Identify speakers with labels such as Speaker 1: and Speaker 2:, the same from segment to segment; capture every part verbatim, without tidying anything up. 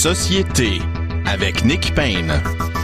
Speaker 1: Société avec Nick Payne.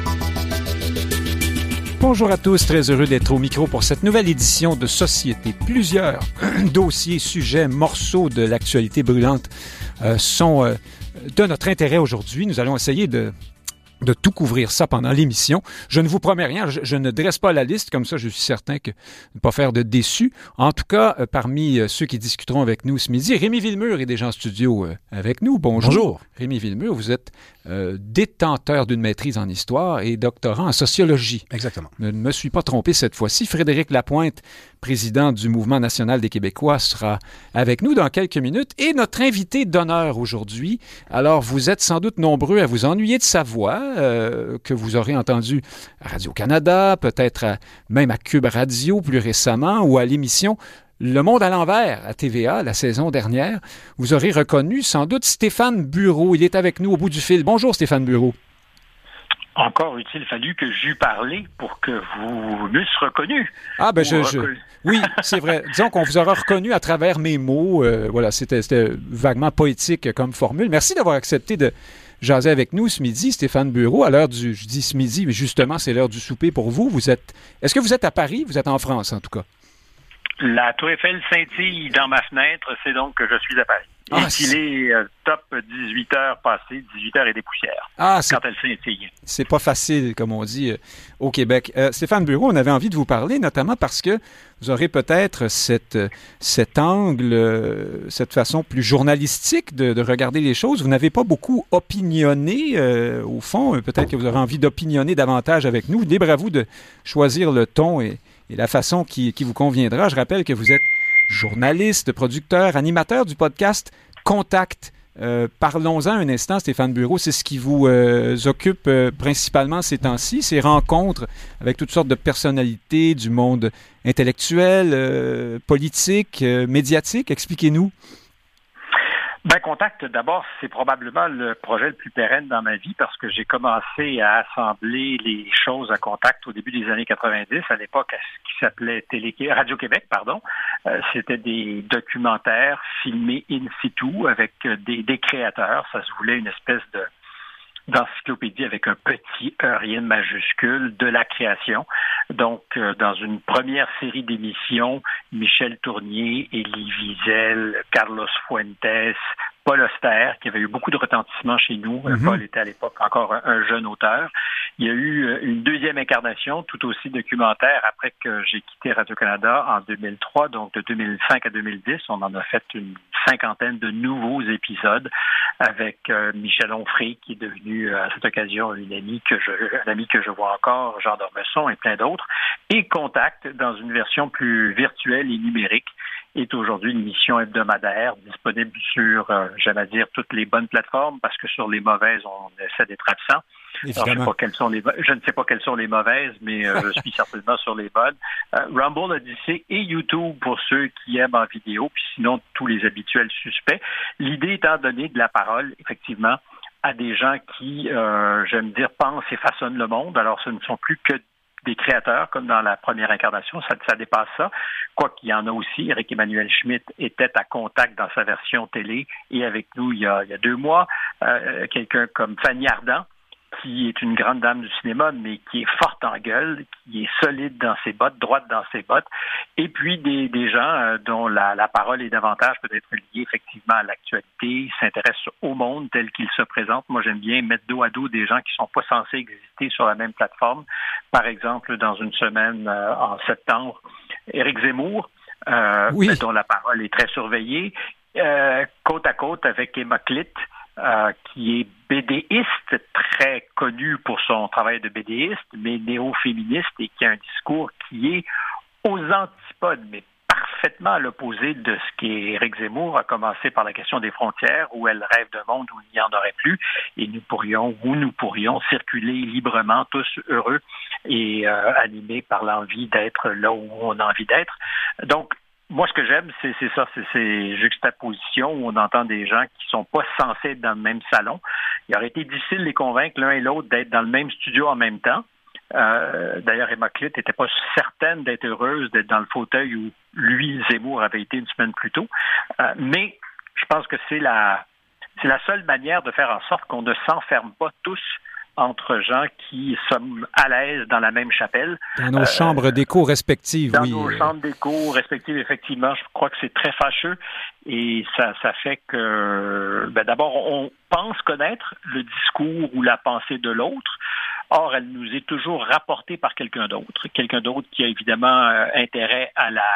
Speaker 2: Bonjour à tous, très heureux d'être au micro pour cette nouvelle édition de Société. Plusieurs dossiers, sujets, morceaux de l'actualité brûlante euh, sont euh, de notre intérêt aujourd'hui. Nous allons essayer de de tout couvrir ça pendant l'émission. Je ne vous promets rien, je, je ne dresse pas la liste, comme ça je suis certain que ne pas faire de déçus. En tout cas, euh, parmi euh, ceux qui discuteront avec nous ce midi, Rémi Villemur est déjà en studio euh, avec nous. Bonjour.
Speaker 3: Bonjour.
Speaker 2: Rémi Villemur, vous êtes euh, détenteur d'une maîtrise en histoire et doctorant en sociologie.
Speaker 3: Exactement.
Speaker 2: Je ne me suis pas trompé cette fois-ci. Frédéric Lapointe, président du Mouvement national des Québécois, sera avec nous dans quelques minutes. Et notre invité d'honneur aujourd'hui, alors vous êtes sans doute nombreux à vous ennuyer de sa voix, euh, que vous aurez entendu à Radio-Canada, peut-être à, même à Cube Radio plus récemment, ou à l'émission Le Monde à l'envers à T V A la saison dernière. Vous aurez reconnu sans doute Stéphane Bureau. Il est avec nous au bout du fil. Bonjour Stéphane Bureau.
Speaker 4: Encore eût-il fallu que j'eût parlé pour que vous m'eussiez reconnu.
Speaker 2: Ah, ben je, je... Oui, c'est vrai. Disons qu'on vous aura reconnu à travers mes mots. Euh, voilà, c'était, c'était vaguement poétique comme formule. Merci d'avoir accepté de jaser avec nous ce midi, Stéphane Bureau. À l'heure du... Je dis ce midi, mais justement, c'est l'heure du souper pour vous. Vous êtes... Est-ce que vous êtes à Paris? Vous êtes en France, en tout cas.
Speaker 4: La Tour Eiffel scintille dans ma fenêtre, c'est donc que je suis à Paris.
Speaker 2: Ah,
Speaker 4: et qu'il est euh, top dix-huit heures passées, dix-huit heures et des poussières,
Speaker 2: ah, c'est,
Speaker 4: quand elle scintille.
Speaker 2: C'est pas facile, comme on dit, euh, au Québec. Euh, Stéphane Bureau, on avait envie de vous parler, notamment parce que vous aurez peut-être cette, cet angle, euh, cette façon plus journalistique de, de regarder les choses. Vous n'avez pas beaucoup opinionné, euh, au fond. Peut-être que vous aurez envie d'opinionner davantage avec nous. Libre à vous de choisir le ton et, et la façon qui, qui vous conviendra. Je rappelle que vous êtes journaliste, producteur, animateur du podcast Contact. Euh, parlons-en un instant, Stéphane Bureau. C'est ce qui vous euh, occupe euh, principalement ces temps-ci, ces rencontres avec toutes sortes de personnalités du monde intellectuel, euh, politique, euh, médiatique. Expliquez-nous.
Speaker 4: Ben, Contact, d'abord, c'est probablement le projet le plus pérenne dans ma vie parce que j'ai commencé à assembler les choses à Contact au début des années quatre-vingt-dix, à l'époque, à ce qui s'appelait Télé... Radio-Québec, pardon. Euh, c'était des documentaires filmés in situ avec des, des créateurs. Ça se voulait une espèce de d'encyclopédie avec un petit E rien majuscule de la création. Donc, euh, dans une première série d'émissions, Michel Tournier, Élie Wiesel, Carlos Fuentes, Paul Auster, qui avait eu beaucoup de retentissement chez nous. Mm-hmm. Paul était à l'époque encore un, un jeune auteur. Il y a eu une deuxième incarnation, tout aussi documentaire, après que j'ai quitté Radio-Canada en deux mille trois, donc de deux mille cinq à deux mille dix. On en a fait une cinquantaine de nouveaux épisodes avec euh, Michel Onfray, qui est devenu à cette occasion une amie que je, un ami que je vois encore, Jean Dormesson et plein d'autres. Et Contact, dans une version plus virtuelle et numérique, est aujourd'hui une émission hebdomadaire disponible sur, euh, j'aime à dire, toutes les bonnes plateformes, parce que sur les mauvaises, on essaie d'être absent. Alors, je, sais pas quelles sont les, je ne sais pas quelles sont les mauvaises, mais euh, je suis certainement sur les bonnes. Euh, Rumble, Odyssey et YouTube pour ceux qui aiment en vidéo, puis sinon tous les habituels suspects. L'idée étant de donner de la parole, effectivement, à des gens qui, euh, j'aime dire, pensent et façonnent le monde. Alors, ce ne sont plus que des créateurs, comme dans la première incarnation, ça, ça dépasse ça. Quoi qu'il y en a aussi, Éric-Emmanuel Schmitt était à Contact dans sa version télé et avec nous il y a, il y a deux mois. Euh, quelqu'un comme Fanny Ardant, qui est une grande dame du cinéma, mais qui est forte en gueule, qui est solide dans ses bottes, droite dans ses bottes, et puis des, des gens euh, dont la, la parole est davantage peut-être liée effectivement à l'actualité, s'intéressent au monde tel qu'il se présente. Moi, j'aime bien mettre dos à dos des gens qui sont pas censés exister sur la même plateforme. Par exemple, dans une semaine euh, en septembre, Éric Zemmour, euh, oui. dont la parole est très surveillée, euh, côte à côte avec Emma Clit, Euh, qui est bédéiste, très connu pour son travail de bédéiste, mais néo-féministe et qui a un discours qui est aux antipodes, mais parfaitement à l'opposé de ce qu'Éric Zemmour a commencé par la question des frontières, où elle rêve d'un monde où il n'y en aurait plus, et nous pourrions, où nous pourrions circuler librement, tous heureux et euh, animés par l'envie d'être là où on a envie d'être. Donc, moi, ce que j'aime, c'est, c'est ça, c'est ces juxtapositions où on entend des gens qui sont pas censés être dans le même salon. Il aurait été difficile de les convaincre l'un et l'autre d'être dans le même studio en même temps. Euh, d'ailleurs, Emma Clit n'était pas certaine d'être heureuse d'être dans le fauteuil où lui, Zemmour, avait été une semaine plus tôt. Euh, mais je pense que c'est la c'est la seule manière de faire en sorte qu'on ne s'enferme pas tous entre gens qui sommes à l'aise dans la même chapelle.
Speaker 2: Dans nos
Speaker 4: euh,
Speaker 2: chambres d'écho respectives,
Speaker 4: dans
Speaker 2: oui.
Speaker 4: Dans nos chambres d'écho respectives, effectivement. Je crois que c'est très fâcheux et ça, ça fait que, ben d'abord, on pense connaître le discours ou la pensée de l'autre. Or, elle nous est toujours rapportée par quelqu'un d'autre, quelqu'un d'autre qui a évidemment euh, intérêt à la,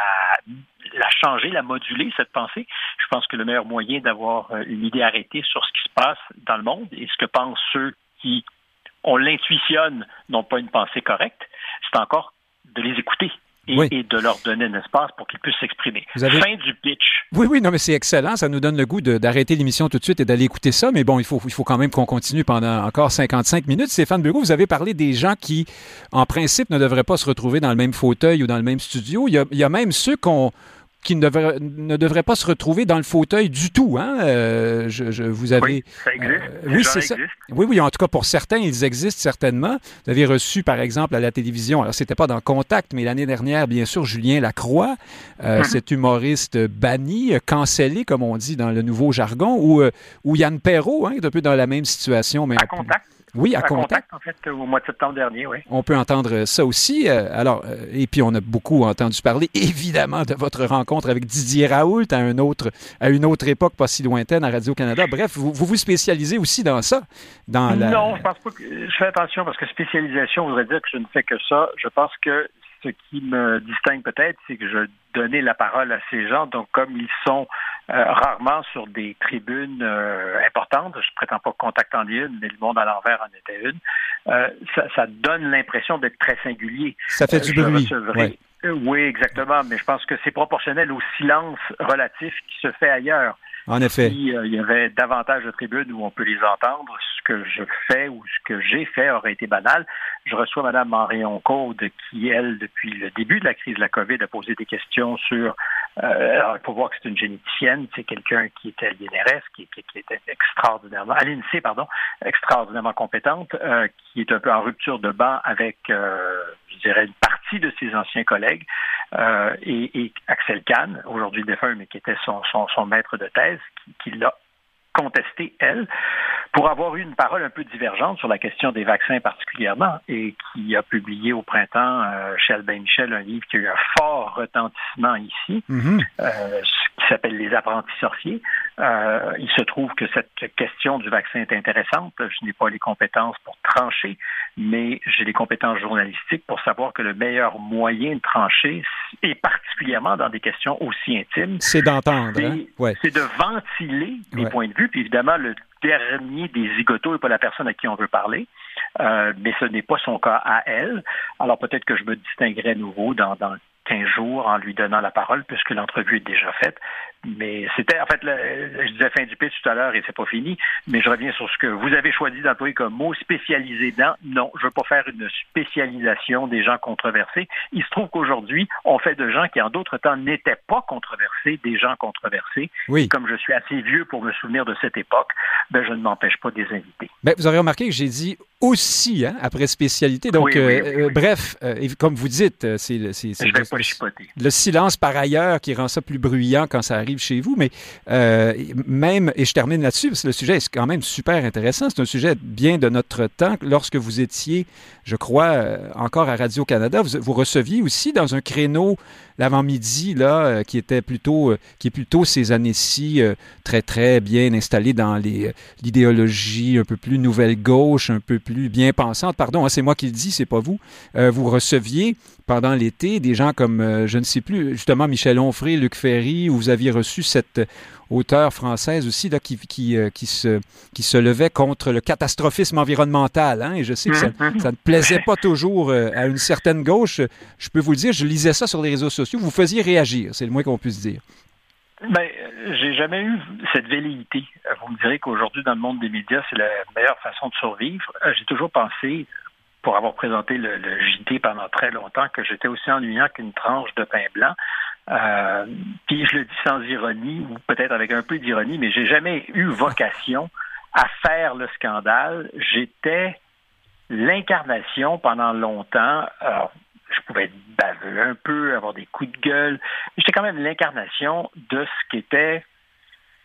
Speaker 4: la changer, la moduler, cette pensée. Je pense que le meilleur moyen d'avoir une idée arrêtée sur ce qui se passe dans le monde et ce que pensent ceux qui, on l'intuitionne, n'ont pas une pensée correcte, c'est encore de les écouter. Et, oui. et de leur donner un espace pour qu'ils puissent s'exprimer. Avez... Fin du pitch.
Speaker 2: Oui, oui, non, mais c'est excellent. Ça nous donne le goût de, d'arrêter l'émission tout de suite et d'aller écouter ça. Mais bon, il faut, il faut quand même qu'on continue pendant encore cinquante-cinq minutes. Stéphane Bureau, vous avez parlé des gens qui, en principe, ne devraient pas se retrouver dans le même fauteuil ou dans le même studio. Il y a, il y a même ceux qu'on... qui ne devraient, ne devraient pas se retrouver dans le fauteuil du tout. Hein? Euh, je, je, vous avez,
Speaker 4: oui, ça existe.
Speaker 2: Euh, oui, c'est ça. Oui, oui, en tout cas, pour certains, ils existent certainement. Vous avez reçu, par exemple, à la télévision, alors c'était pas dans Contact, mais l'année dernière, bien sûr, Julien Lacroix, euh, mm-hmm. cet humoriste banni, cancellé, comme on dit dans le nouveau jargon, ou, euh, ou Yann Perrault, hein, qui est un peu dans la même situation. Mais
Speaker 4: à Contact.
Speaker 2: Oui, à,
Speaker 4: à
Speaker 2: Contact.
Speaker 4: Contact, en fait, au mois de septembre dernier, oui.
Speaker 2: On peut entendre ça aussi. Euh, alors, euh, et puis on a beaucoup entendu parler, évidemment, de votre rencontre avec Didier Raoult à, un autre, à une autre époque pas si lointaine à Radio-Canada. Bref, vous vous, vous spécialisez aussi dans ça? Dans la...
Speaker 4: Non, je pense pas que... Je fais attention parce que spécialisation voudrait dire que je ne fais que ça. Je pense que ce qui me distingue peut-être, c'est que je donnais la parole à ces gens. Donc, comme ils sont euh, rarement sur des tribunes euh, importantes, je ne prétends pas que Contact en est une, mais Le Monde à l'envers en était une, euh, ça, ça donne l'impression d'être très singulier.
Speaker 2: Ça fait du
Speaker 4: euh,
Speaker 2: bruit.
Speaker 4: Ouais. Oui, exactement, mais je pense que c'est proportionnel au silence relatif qui se fait ailleurs.
Speaker 2: En effet.
Speaker 4: Si euh, il y avait davantage de tribunes où on peut les entendre, ce que je fais ou ce que j'ai fait aurait été banal. Je reçois Mme Marion Caude qui, elle, depuis le début de la crise de la COVID, a posé des questions sur... Euh, alors, il faut voir que c'est une généticienne, c'est quelqu'un qui était à l'I N R S, qui, qui, qui était extraordinairement... à l'INSEE, pardon, extraordinairement compétente, euh, qui est un peu en rupture de banc avec, euh, je dirais, une partie de ses anciens collègues, euh, et, et Axel Kahn, aujourd'hui défunt, mais qui était son, son, son maître de thèse, qui, qui l'a contesté, elle, pour avoir eu une parole un peu divergente sur la question des vaccins particulièrement, et qui a publié au printemps euh, chez Albin Michel un livre qui a eu un fort retentissement ici, mm-hmm. euh, qui s'appelle Les apprentis sorciers. Euh, il se trouve que cette question du vaccin est intéressante. Je n'ai pas les compétences pour trancher, mais j'ai les compétences journalistiques pour savoir que le meilleur moyen de trancher, et particulièrement dans des questions aussi intimes,
Speaker 2: c'est d'entendre.
Speaker 4: C'est,
Speaker 2: hein? ouais.
Speaker 4: c'est de ventiler des
Speaker 2: ouais.
Speaker 4: points de vue. Puis évidemment, le dernier des zigotos n'est pas la personne à qui on veut parler, euh, mais ce n'est pas son cas à elle. Alors peut-être que je me distinguerai à nouveau dans, dans quinze jours en lui donnant la parole, puisque l'entrevue est déjà faite. Mais c'était, en fait, le, je disais fin du pitch tout à l'heure et c'est pas fini, mais je reviens sur ce que vous avez choisi d'employer comme mot, spécialisé dans. Non, je veux pas faire une spécialisation des gens controversés. Il se trouve qu'aujourd'hui, on fait de gens qui, en d'autres temps, n'étaient pas controversés, des gens controversés.
Speaker 2: Oui.
Speaker 4: Et comme je suis assez vieux pour me souvenir de cette époque, ben, je ne m'empêche pas de les inviter.
Speaker 2: Ben, vous aurez remarqué que j'ai dit aussi, hein, après spécialité. Donc,
Speaker 4: oui, oui, oui,
Speaker 2: euh,
Speaker 4: oui.
Speaker 2: bref, euh, comme vous dites, c'est, c'est, c'est
Speaker 4: je vais
Speaker 2: le,
Speaker 4: pas chipoter.
Speaker 2: Le silence par ailleurs qui rend ça plus bruyant quand ça arrive chez vous, mais euh, même, et je termine là-dessus, parce que le sujet est quand même super intéressant, c'est un sujet bien de notre temps. Lorsque vous étiez, je crois, euh, encore à Radio-Canada, vous, vous receviez aussi dans un créneau l'avant-midi, là, euh, qui était plutôt, euh, qui est plutôt ces années-ci euh, très, très bien installé dans les, euh, l'idéologie un peu plus nouvelle gauche, un peu plus bien pensante. Pardon, hein, c'est moi qui le dis, c'est pas vous. Euh, vous receviez pendant l'été des gens comme, euh, je ne sais plus, justement Michel Onfray, Luc Ferry, où vous aviez reçu cette auteure française aussi là, qui, qui, euh, qui, se, qui se levait contre le catastrophisme environnemental. Hein, et je sais que ça, ça ne plaisait pas toujours euh, à une certaine gauche. Je peux vous le dire, je lisais ça sur les réseaux sociaux. Vous faisiez réagir, c'est le moins qu'on puisse dire.
Speaker 4: Ben, j'ai jamais eu cette velléité. Vous me direz qu'aujourd'hui, dans le monde des médias, c'est la meilleure façon de survivre. J'ai toujours pensé, pour avoir présenté le, le J T pendant très longtemps, que j'étais aussi ennuyant qu'une tranche de pain blanc. Euh, puis je le dis sans ironie, ou peut-être avec un peu d'ironie, mais j'ai jamais eu vocation à faire le scandale. J'étais l'incarnation pendant longtemps. Alors, je pouvais être baveux un peu, avoir des coups de gueule. J'étais quand même l'incarnation de ce qu'était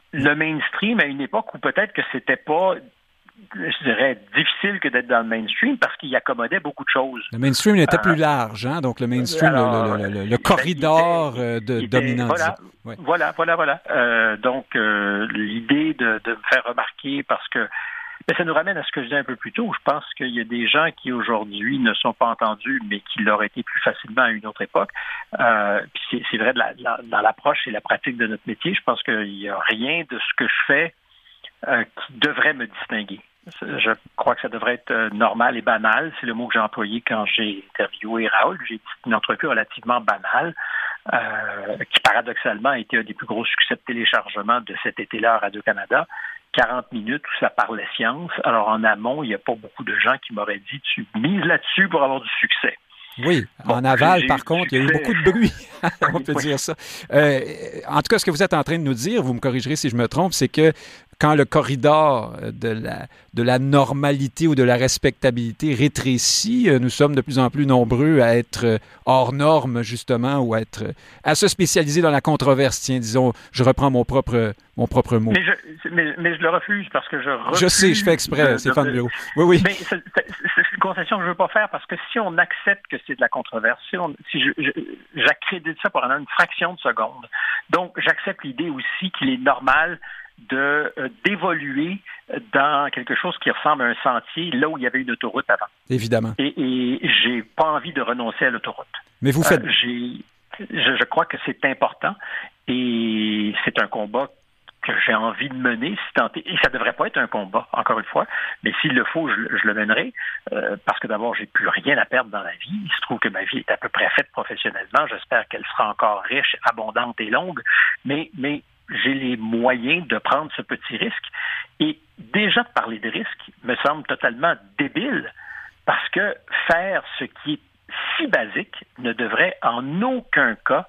Speaker 4: le mainstream à une époque où peut-être que c'était pas, je dirais, difficile que d'être dans le mainstream parce qu'il accommodait beaucoup de choses.
Speaker 2: Le mainstream était euh, plus large, hein? Donc le mainstream, alors, le, le, le, le corridor
Speaker 4: ben, était,
Speaker 2: de, dominant.
Speaker 4: Voilà,
Speaker 2: ouais.
Speaker 4: voilà, voilà, voilà. Euh, donc euh, l'idée de, de me faire remarquer parce que ben, ça nous ramène à ce que je disais un peu plus tôt. Je pense qu'il y a des gens qui aujourd'hui ne sont pas entendus, mais qui l'auraient été plus facilement à une autre époque. Euh, puis c'est, c'est vrai de la, la, dans l'approche et la pratique de notre métier. Je pense qu'il n'y a rien de ce que je fais euh, qui devrait me distinguer. Je crois que ça devrait être normal et banal. C'est le mot que j'ai employé quand j'ai interviewé Raoul. J'ai dit une entrevue relativement banale, euh, qui paradoxalement a été un des plus gros succès de téléchargement de cet été-là à Radio-Canada. quarante minutes où ça parlait science. Alors en amont, il n'y a pas beaucoup de gens qui m'auraient dit tu mises là-dessus pour avoir du succès.
Speaker 2: Oui, bon, en aval, par contre, il y a eu beaucoup de bruit, on peut
Speaker 4: oui.
Speaker 2: dire ça. Euh, en tout cas, ce que vous êtes en train de nous dire, vous me corrigerez si je me trompe, c'est que quand le corridor de la, de la normalité ou de la respectabilité rétrécit, nous sommes de plus en plus nombreux à être hors norme, justement, ou à, être, à se spécialiser dans la controverse. Tiens, disons, je reprends mon propre, mon propre mot.
Speaker 4: Mais je, mais, mais je le refuse parce que je refuse...
Speaker 2: Je sais, je fais exprès, Stéphane Bureau. Oui, oui.
Speaker 4: Mais c'est, c'est, c'est une concession que je ne veux pas faire parce que si on accepte que c'est de la controverse, si, on, si je, je, j'accrédite ça pendant une fraction de seconde, donc j'accepte l'idée aussi qu'il est normal de euh, d'évoluer dans quelque chose qui ressemble à un sentier, là où il y avait une autoroute avant.
Speaker 2: Évidemment.
Speaker 4: Et, et j'ai pas envie de renoncer à l'autoroute.
Speaker 2: Mais vous faites...
Speaker 4: Euh, j'ai, je, je crois que c'est important et c'est un combat que j'ai envie de mener, si tant est, et ça devrait pas être un combat, encore une fois, mais s'il le faut, je, je le mènerai, euh, parce que d'abord, j'ai plus rien à perdre dans la vie. Il se trouve que ma vie est à peu près faite professionnellement. J'espère qu'elle sera encore riche, abondante et longue, mais, mais j'ai les moyens de prendre ce petit risque. Et déjà de parler de risque me semble totalement débile, parce que faire ce qui est si basique ne devrait en aucun cas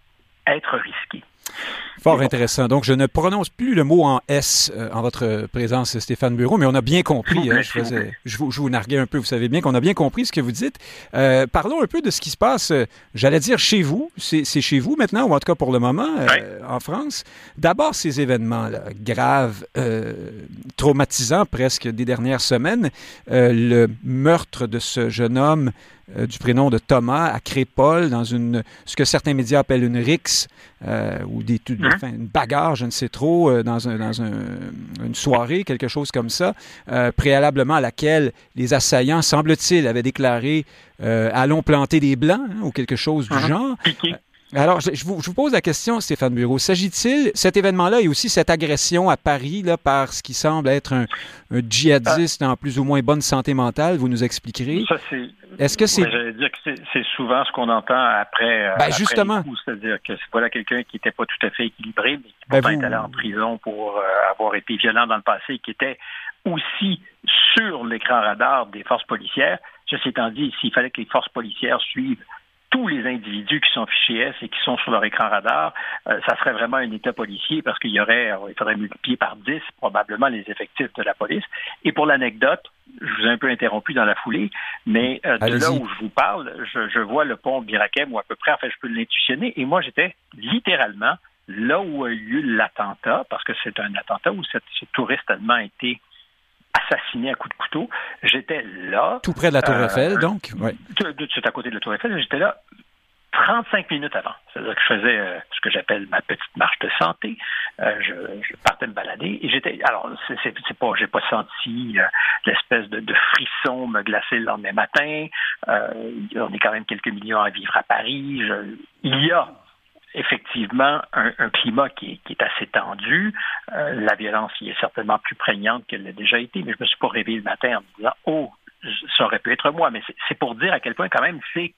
Speaker 4: être risqué.
Speaker 2: Fort intéressant. Donc, je ne prononce plus le mot en S euh, en votre présence, Stéphane Bureau, mais on a bien compris. Hein, je, faisais, je, vous, je vous narguais un peu, vous savez bien qu'on a bien compris ce que vous dites. Euh, parlons un peu de ce qui se passe, euh, j'allais dire chez vous. C'est, c'est chez vous maintenant, ou en tout cas pour le moment, euh, oui. en France. D'abord, ces événements-là, graves, euh, traumatisants presque des dernières semaines. Euh, le meurtre de ce jeune homme Euh, du prénom de Thomas à Crépol, dans une ce que certains médias appellent une rixe, euh, ou des, mmh. enfin, une bagarre, je ne sais trop, euh, dans, un, dans un, une soirée, quelque chose comme ça, euh, préalablement à laquelle les assaillants, semble-t-il, avaient déclaré euh, « allons planter des Blancs hein, » ou quelque chose du mmh. genre.
Speaker 4: Piqué.
Speaker 2: Alors, je, je, vous, je vous pose la question, Stéphane Bureau. S'agit-il, cet événement-là et aussi cette agression à Paris là, par ce qui semble être un, un djihadiste ah. en plus ou moins bonne santé mentale, vous nous expliquerez?
Speaker 4: Ça, c'est...
Speaker 2: Est-ce que c'est...
Speaker 4: J'allais dire que c'est, c'est souvent ce qu'on entend après,
Speaker 2: ben,
Speaker 4: après
Speaker 2: justement.
Speaker 4: les coups, c'est-à-dire que c'est voilà quelqu'un qui n'était pas tout à fait équilibré, mais qui ben vous... est allé en prison pour euh, avoir été violent dans le passé, qui était aussi sur l'écran radar des forces policières. Ceci étant dit, s'il fallait que les forces policières suivent tous les individus qui sont fichés S et qui sont sur leur écran radar, euh, ça serait vraiment un État policier parce qu'il y aurait, euh, il faudrait multiplier par dix probablement les effectifs de la police. Et pour l'anecdote, je vous ai un peu interrompu dans la foulée, mais euh, de là où je vous parle, je, je vois le pont Birakem ou à peu près, en fait, je peux l'intuitionner. Et moi, j'étais littéralement là où a eu lieu l'attentat, parce que c'est un attentat où cette, ce touriste allemand a été assassiné à coups de couteau. J'étais là.
Speaker 2: Tout près de la Tour euh, Eiffel, donc? Oui.
Speaker 4: C'est à côté de la Tour Eiffel. J'étais là trente-cinq minutes avant. C'est-à-dire que je faisais euh, ce que j'appelle ma petite marche de santé. Euh, je, je partais me balader et j'étais... Alors, c'est, c'est, c'est pas... J'ai pas senti euh, l'espèce de, de frisson me glacer le lendemain matin. Euh, on est quand même quelques millions à vivre à Paris. Je, il y a effectivement un, un climat qui est, qui est assez tendu. Euh, la violence y est certainement plus prégnante qu'elle l'a déjà été, mais je me suis pas réveillé le matin en me disant « Oh, ça aurait pu être moi ». Mais c'est, c'est pour dire à quel point quand même c'est,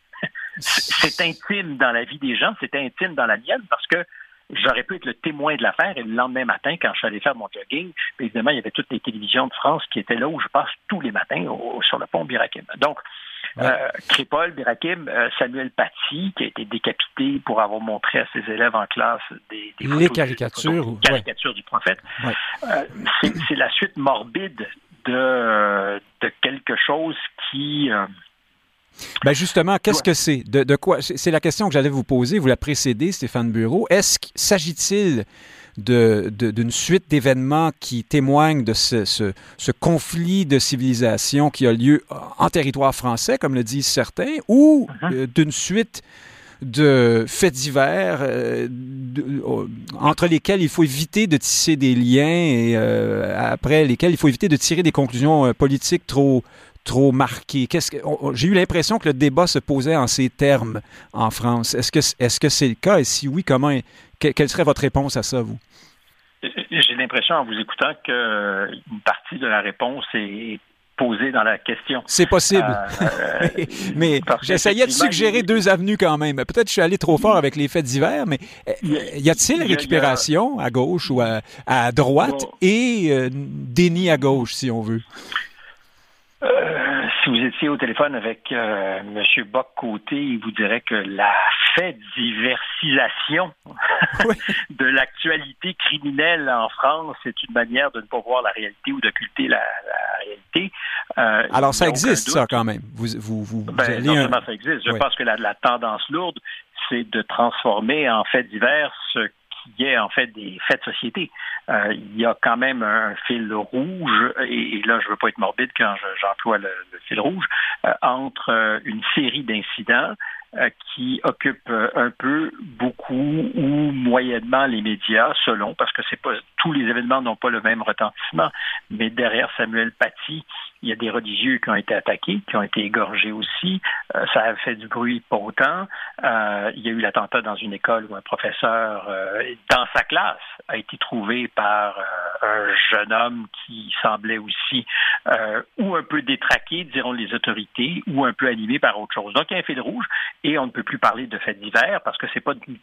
Speaker 4: c'est intime dans la vie des gens, c'est intime dans la mienne, parce que j'aurais pu être le témoin de l'affaire et le lendemain matin, quand je suis allé faire mon jogging, évidemment, il y avait toutes les télévisions de France qui étaient là où je passe tous les matins au, sur le pont Birakem. Donc, Ouais. Euh, Crépol, Birakem, euh, Samuel Paty, qui a été décapité pour avoir montré à ses élèves en classe des, des
Speaker 2: Les caricatures,
Speaker 4: du, des caricatures ouais. du prophète. Ouais. Euh, c'est, c'est la suite morbide de, de quelque chose qui... Euh,
Speaker 2: Ben justement, qu'est-ce que c'est? De, de quoi? C'est la question que j'allais vous poser, vous la précédez, Stéphane Bureau. Est-ce qu'il s'agit-il de, de, d'une suite d'événements qui témoignent de ce, ce, ce conflit de civilisation qui a lieu en territoire français, comme le disent certains, ou uh-huh. euh, d'une suite de faits divers euh, de, euh, entre lesquels il faut éviter de tisser des liens et euh, après lesquels il faut éviter de tirer des conclusions euh, politiques trop trop marquées. Qu'est-ce que, on, j'ai eu l'impression que le débat se posait en ces termes en France. Est-ce que est-ce que c'est le cas? Et si oui, comment que, quelle serait votre réponse à ça, vous?
Speaker 4: J'ai l'impression, en vous écoutant, qu'une partie de la réponse est posée dans la question.
Speaker 2: C'est possible. Euh, mais j'essayais de suggérer il... deux avenues quand même. Peut-être que je suis allé trop fort avec les faits divers, mais y a-t-il récupération à gauche ou à, à droite bon. et euh, déni à gauche, si on veut?
Speaker 4: Euh, si vous étiez au téléphone avec euh, M. Bock-Côté, il vous dirait que la fait diversisation oui. de l'actualité criminelle en France, c'est une manière de ne pas voir la réalité ou d'occulter la, la réalité.
Speaker 2: Euh, Alors, ça existe, ça, quand même. Vous, vous, vous,
Speaker 4: ben,
Speaker 2: vous
Speaker 4: non seulement un... ça existe. Je oui. pense que la, la tendance lourde, c'est de transformer en faits divers ce qui est en fait des faits de société. Euh, il y a quand même un fil rouge, et, et là, je ne veux pas être morbide quand je, j'emploie le, le fil rouge, euh, entre euh, une série d'incidents euh, qui occupent euh, un peu, beaucoup ou moyennement les médias, selon, parce que c'est pas tous les événements n'ont pas le même retentissement, mais derrière Samuel Paty, il y a des religieux qui ont été attaqués, qui ont été égorgés aussi. Euh, ça a fait du bruit pas autant. Euh, il y a eu l'attentat dans une école où un professeur, euh, dans sa classe, a été trouvé par euh, un jeune homme qui semblait aussi euh, ou un peu détraqué, diront les autorités, ou un peu animé par autre chose. Donc, il y a un fil rouge et on ne peut plus parler de faits divers parce que c'est pas une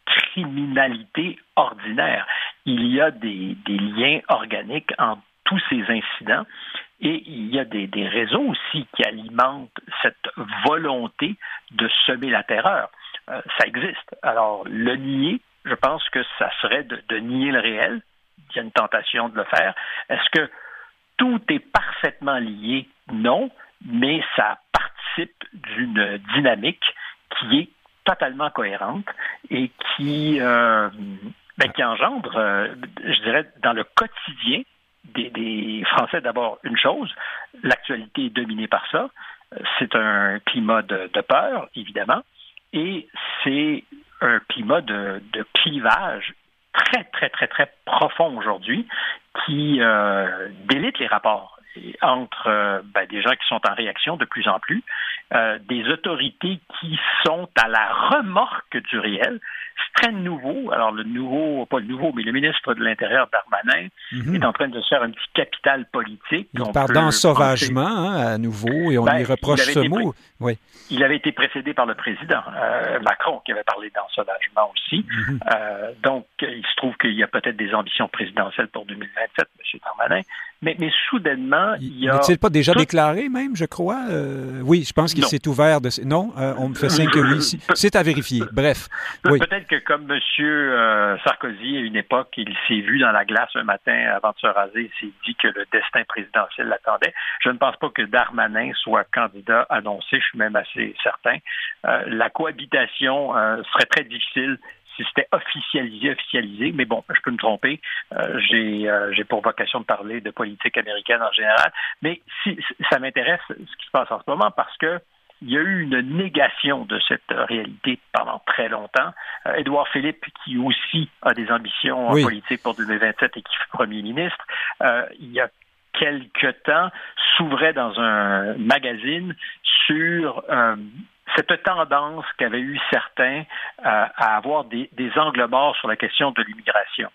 Speaker 4: criminalité ordinaire. Il y a des, des liens organiques entre tous ces incidents. Et il y a des, des réseaux aussi qui alimentent cette volonté de semer la terreur. Euh, ça existe. Alors, le nier, je pense que ça serait de, de nier le réel. Il y a une tentation de le faire. Est-ce que tout est parfaitement lié? Non, mais ça participe d'une dynamique qui est totalement cohérente et qui, euh, ben, qui engendre, euh, je dirais, dans le quotidien, Des, des Français, d'abord, une chose, l'actualité est dominée par ça. C'est un climat de, de peur, évidemment, et c'est un climat de, de clivage très, très, très, très profond aujourd'hui qui euh, délite les rapports entre euh, ben, des gens qui sont en réaction de plus en plus, euh, des autorités qui sont à la remorque du réel. C'est très nouveau. Alors, le nouveau, pas le nouveau, mais le ministre de l'Intérieur, Darmanin, mm-hmm. est en train de se faire un petit capital politique.
Speaker 2: Il parle d'ensauvagement, hein, à nouveau, et on ben, lui reproche ce mot.
Speaker 4: Pré-
Speaker 2: oui.
Speaker 4: Il avait été précédé par le président euh, Macron, qui avait parlé d'ensauvagement aussi. Mm-hmm. Euh, donc, il se trouve qu'il y a peut-être des ambitions présidentielles pour deux mille vingt-sept, M. Darmanin. Mais, mais soudainement, il y a...
Speaker 2: N'est-il pas déjà
Speaker 4: tout...
Speaker 2: déclaré même, je crois? Euh, oui, je pense qu'il non. s'est ouvert de... Non, euh, on me fait signe que oui. C'est à vérifier. Bref.
Speaker 4: Pe-
Speaker 2: oui.
Speaker 4: Peut-être que comme M. Euh, Sarkozy, à une époque, il s'est vu dans la glace un matin avant de se raser, il s'est dit que le destin présidentiel l'attendait. Je ne pense pas que Darmanin soit candidat annoncé, je suis même assez certain. Euh, la cohabitation euh, serait très difficile si c'était officialisé, officialisé, mais bon, je peux me tromper. Euh, j'ai, euh, j'ai pour vocation de parler de politique américaine en général, mais si, ça m'intéresse ce qui se passe en ce moment parce que il y a eu une négation de cette réalité pendant très longtemps. Euh, Édouard Philippe, qui aussi a des ambitions oui. politiques pour deux mille vingt-sept et qui fut premier ministre, euh, il y a quelque temps, s'ouvrait dans un magazine sur euh, cette tendance qu'avaient eu certains euh, à avoir des, des angles morts sur la question de l'immigration.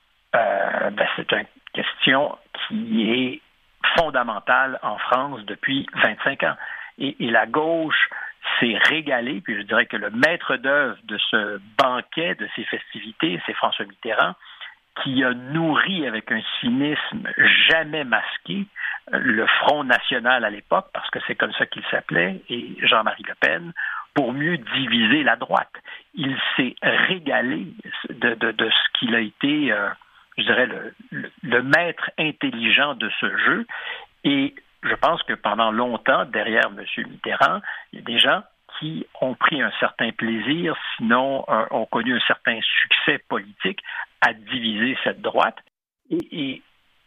Speaker 4: Euh, ben, c'est une question qui est fondamentale en France depuis vingt-cinq ans. Et, et la gauche s'est régalée, puis je dirais que le maître d'œuvre de ce banquet, de ces festivités, c'est François Mitterrand, qui a nourri avec un cynisme jamais masqué le Front national à l'époque, parce que c'est comme ça qu'il s'appelait, et Jean-Marie Le Pen, pour mieux diviser la droite. Il s'est régalé de, de, de ce qu'il a été, euh, je dirais, le, le, le maître intelligent de ce jeu. Et je pense que pendant longtemps, derrière M. Mitterrand, il y a des gens qui ont pris un certain plaisir, sinon euh, ont connu un certain succès politique à diviser cette droite. Et, et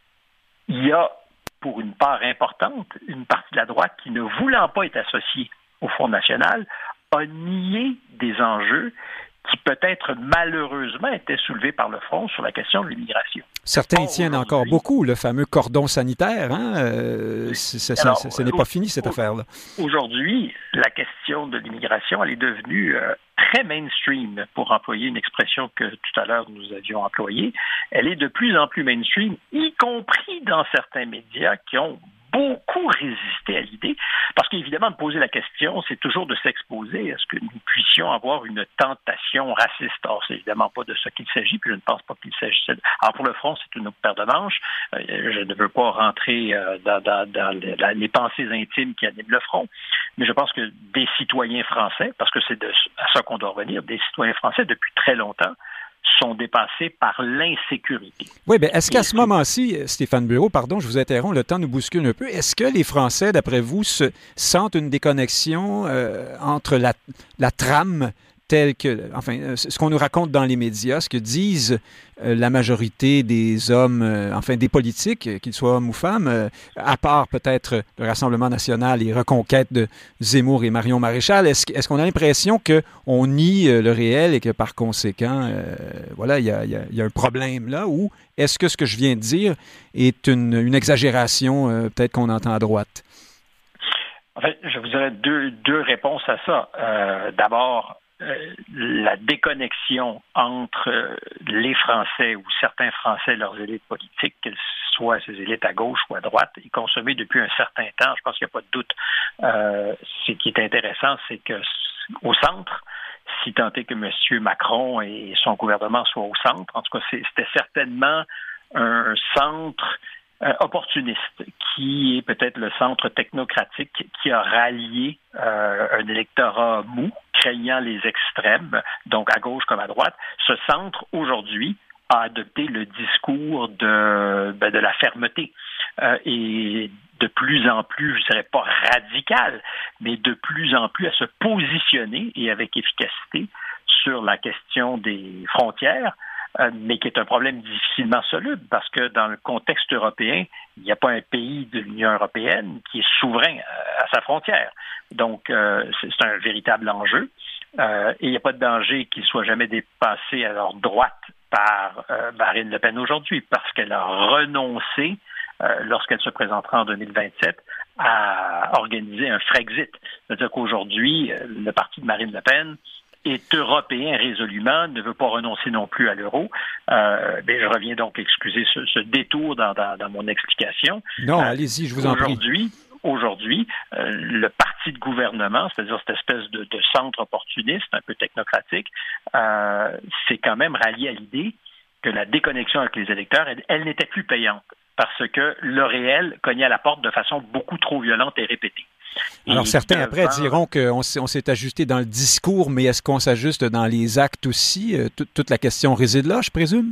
Speaker 4: il y a, pour une part importante, une partie de la droite qui, ne voulant pas être associée au Front national, a nié des enjeux qui peut-être malheureusement étaient soulevés par le Front sur la question de l'immigration.
Speaker 2: Certains y tiennent encore beaucoup, le fameux cordon sanitaire. Hein? Euh, c'est, c'est, Alors, c'est, ce n'est pas fini, cette affaire-là.
Speaker 4: Aujourd'hui, la question de l'immigration, elle est devenue euh, très mainstream, pour employer une expression que tout à l'heure nous avions employée. Elle est de plus en plus mainstream, y compris dans certains médias qui ont beaucoup résisté à l'idée, parce qu'évidemment, de poser la question, c'est toujours de s'exposer à ce que nous puissions avoir une tentation raciste. Or, c'est évidemment pas de ça qu'il s'agit, puis je ne pense pas qu'il s'agissait de... Alors, pour le Front, c'est une autre paire de manches. Euh, je ne veux pas rentrer euh, dans, dans, dans les, la, les pensées intimes qui animent le Front, mais je pense que des citoyens français, parce que c'est de, à ça qu'on doit revenir, des citoyens français, depuis très longtemps, sont dépassés par l'insécurité.
Speaker 2: Oui, bien, est-ce qu'à ce moment-ci, Stéphane Bureau, pardon, je vous interromps, le temps nous bouscule un peu, est-ce que les Français, d'après vous, se sentent une déconnexion euh, entre la, la trame telle que, enfin, ce qu'on nous raconte dans les médias, ce que disent euh, la majorité des hommes, euh, enfin, des politiques, qu'ils soient hommes ou femmes, euh, à part peut-être le Rassemblement national et Reconquête de Zemmour et Marion Maréchal, est-ce, est-ce qu'on a l'impression qu'on nie euh, le réel et que par conséquent, euh, voilà, il y a, y, a, y a un problème là, ou est-ce que ce que je viens de dire est une, une exagération, euh, peut-être qu'on entend à droite?
Speaker 4: En fait, je vous dirais deux, deux réponses à ça. Euh, d'abord, Euh, la déconnexion entre euh, les Français ou certains Français et leurs élites politiques, qu'elles soient ces élites à gauche ou à droite, est consommée depuis un certain temps. Je pense qu'il n'y a pas de doute. Euh, ce qui est intéressant, c'est que au centre, si tant est que M. Macron et son gouvernement soient au centre, en tout cas, c'était certainement un centre Euh, opportuniste, qui est peut-être le centre technocratique qui a rallié euh, un électorat mou, craignant les extrêmes, donc à gauche comme à droite. Ce centre, aujourd'hui, a adopté le discours de, ben, de la fermeté euh, et de plus en plus, je ne dirais pas radical, mais de plus en plus à se positionner et avec efficacité sur la question des frontières, Euh, mais qui est un problème difficilement soluble parce que dans le contexte européen, il n'y a pas un pays de l'Union européenne qui est souverain à, à sa frontière. Donc, euh, c'est, c'est un véritable enjeu euh, et il n'y a pas de danger qu'il soit jamais dépassé à leur droite par euh, Marine Le Pen aujourd'hui parce qu'elle a renoncé, euh, lorsqu'elle se présentera en deux mille vingt-sept, à organiser un Frexit. C'est-à-dire qu'aujourd'hui, le parti de Marine Le Pen est européen résolument, ne veut pas renoncer non plus à l'euro. Euh, mais je reviens donc excuser ce, ce détour dans, dans, dans mon explication.
Speaker 2: Non,
Speaker 4: euh,
Speaker 2: allez-y, je vous en prie.
Speaker 4: Aujourd'hui, aujourd'hui euh, le parti de gouvernement, c'est-à-dire cette espèce de, de centre opportuniste, un peu technocratique, euh, c'est quand même rallié à l'idée que la déconnexion avec les électeurs, elle, elle n'était plus payante parce que le réel cognait à la porte de façon beaucoup trop violente et répétée.
Speaker 2: Alors,
Speaker 4: et
Speaker 2: certains
Speaker 4: devant...
Speaker 2: après diront qu'on s'est, on s'est ajusté dans le discours, mais est-ce qu'on s'ajuste dans les actes aussi? Tout, toute la question réside là, je présume?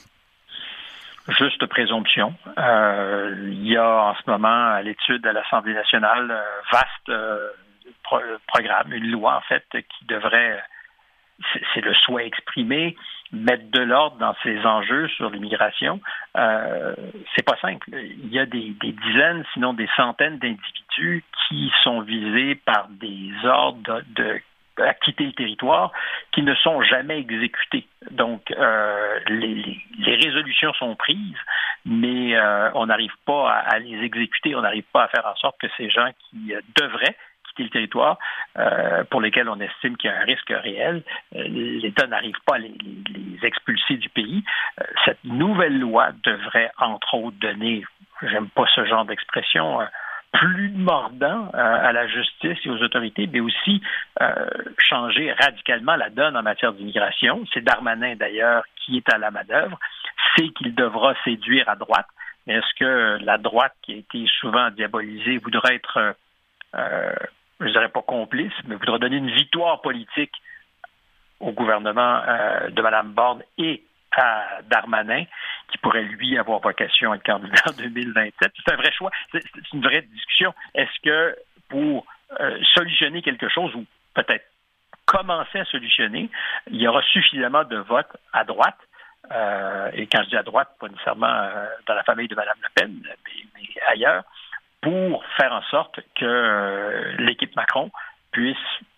Speaker 4: Juste présomption. Euh, il y a en ce moment à l'étude à l'Assemblée nationale un vaste euh, pro- programme, une loi en fait, qui devrait, c'est, c'est le souhait exprimé, mettre de l'ordre dans ces enjeux sur l'immigration. Euh, c'est pas simple. Il y a des, des dizaines, sinon des centaines d'individus qui sont visés par des ordres de, de à quitter le territoire qui ne sont jamais exécutés. Donc, euh, les, les, les résolutions sont prises, mais euh, on n'arrive pas à, à les exécuter, on n'arrive pas à faire en sorte que ces gens qui euh, devraient quitter le territoire, euh, pour lesquels on estime qu'il y a un risque réel, euh, l'État n'arrive pas à les, les, les expulser du pays. Euh, cette nouvelle loi devrait, entre autres, donner, j'aime pas ce genre d'expression, euh, plus mordant euh, à la justice et aux autorités, mais aussi euh, changer radicalement la donne en matière d'immigration. C'est Darmanin, d'ailleurs, qui est à la manœuvre, c'est qu'il devra séduire à droite. Mais est-ce que la droite, qui a été souvent diabolisée, voudra être, euh, je ne dirais pas complice, mais voudra donner une victoire politique au gouvernement euh, de Mme Borne et à Darmanin, qui pourrait, lui, avoir vocation à être candidat en deux mille vingt-sept. C'est un vrai choix. C'est, c'est une vraie discussion. Est-ce que pour euh, solutionner quelque chose, ou peut-être commencer à solutionner, il y aura suffisamment de votes à droite euh, et quand je dis à droite, pas nécessairement euh, dans la famille de Mme Le Pen, mais, mais ailleurs, pour faire en sorte que euh, l'équipe Macron puisse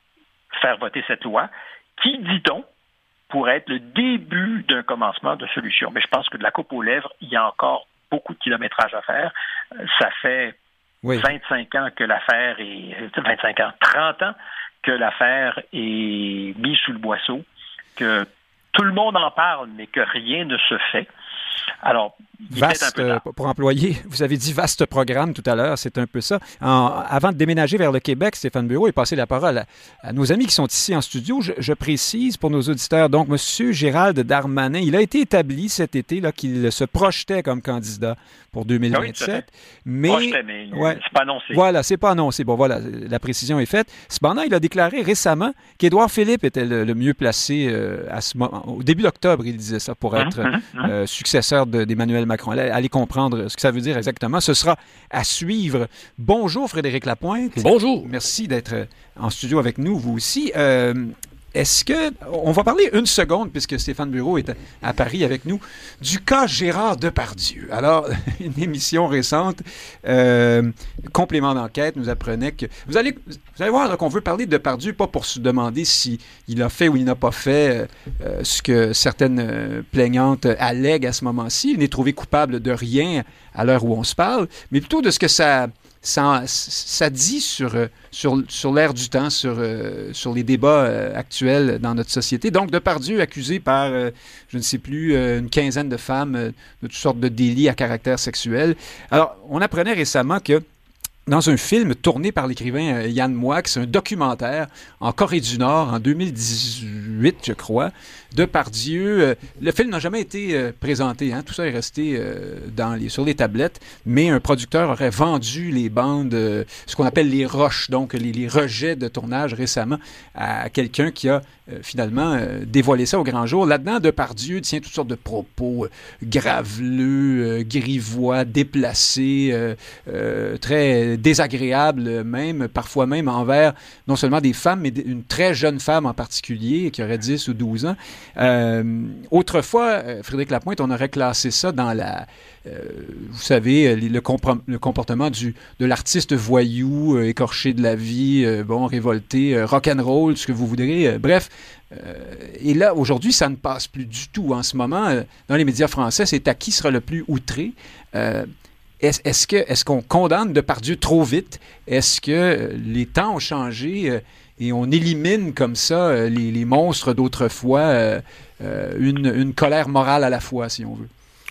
Speaker 4: faire voter cette loi qui, dit-on, pourrait être le début d'un commencement de solution. Mais je pense que de la coupe aux lèvres, il y a encore beaucoup de kilométrage à faire. Ça fait oui. vingt-cinq ans que l'affaire est... vingt-cinq ans, trente ans que l'affaire est mise sous le boisseau, que tout le monde en parle, mais que rien ne se fait. Alors,
Speaker 2: vaste, un peu pour employer, vous avez dit vaste programme tout à l'heure, c'est un peu ça. En, avant de déménager vers le Québec, Stéphane Bureau, et passer la parole à, à nos amis qui sont ici en studio, je, je précise pour nos auditeurs, donc M. Gérald Darmanin, il a été établi cet été là, qu'il se projetait comme candidat pour deux mille vingt-sept. Oui, mais,
Speaker 4: projetait, mais ouais, c'est pas annoncé.
Speaker 2: Voilà, c'est pas annoncé. Bon, voilà, la précision est faite. Cependant, il a déclaré récemment qu'Édouard Philippe était le, le mieux placé euh, à ce moment. Au début d'octobre, il disait ça, pour être mmh, mmh, euh, successeur de, d'Emmanuel Macron. Allez, allez comprendre ce que ça veut dire exactement. Ce sera à suivre. Bonjour, Frédéric Lapointe.
Speaker 3: Bonjour.
Speaker 2: Merci d'être en studio avec nous, vous aussi. Euh, Est-ce que, on va parler une seconde, puisque Stéphane Bureau est à Paris avec nous, du cas Gérard Depardieu. Alors, une émission récente, euh, complément d'enquête, nous apprenait que... Vous allez, vous allez voir là, qu'on veut parler de Depardieu, pas pour se demander s'il a fait ou il n'a pas fait euh, ce que certaines euh, plaignantes allèguent à ce moment-ci. Il n'est trouvé coupable de rien à l'heure où on se parle, mais plutôt de ce que ça... Ça, ça dit sur, sur, sur l'ère du temps, sur, sur les débats actuels dans notre société. Donc, Depardieu accusé par, je ne sais plus, une quinzaine de femmes de toutes sortes de délits à caractère sexuel. Alors, on apprenait récemment que dans un film tourné par l'écrivain Yann Moix, un documentaire en Corée du Nord en deux mille dix-huit, je crois, Depardieu. Euh, le film n'a jamais été euh, présenté, hein, tout ça est resté euh, dans les, sur les tablettes, mais un producteur aurait vendu les bandes, euh, ce qu'on appelle les rushs, donc les, les rejets de tournage récemment, à quelqu'un qui a euh, finalement euh, dévoilé ça au grand jour. Là-dedans, Depardieu tient toutes sortes de propos euh, graveleux, euh, grivois, déplacés, euh, euh, très désagréables même, parfois même envers non seulement des femmes, mais une très jeune femme en particulier qui aurait dix ou douze ans. Euh, autrefois, Frédéric Lapointe, on aurait classé ça dans la, euh, vous savez, le, comprom- le comportement du, de l'artiste voyou, euh, écorché de la vie, euh, bon, révolté, euh, rock'n'roll, ce que vous voudrez, euh, bref. Euh, et là, aujourd'hui, ça ne passe plus du tout. En ce moment, euh, dans les médias français, c'est à qui sera le plus outré. Euh, Est-ce, est-ce, que, est-ce qu'on condamne Depardieu trop vite? Est-ce que euh, les temps ont changé euh, et on élimine comme ça euh, les, les monstres d'autrefois, euh, euh, une, une colère morale à la fois, si on veut?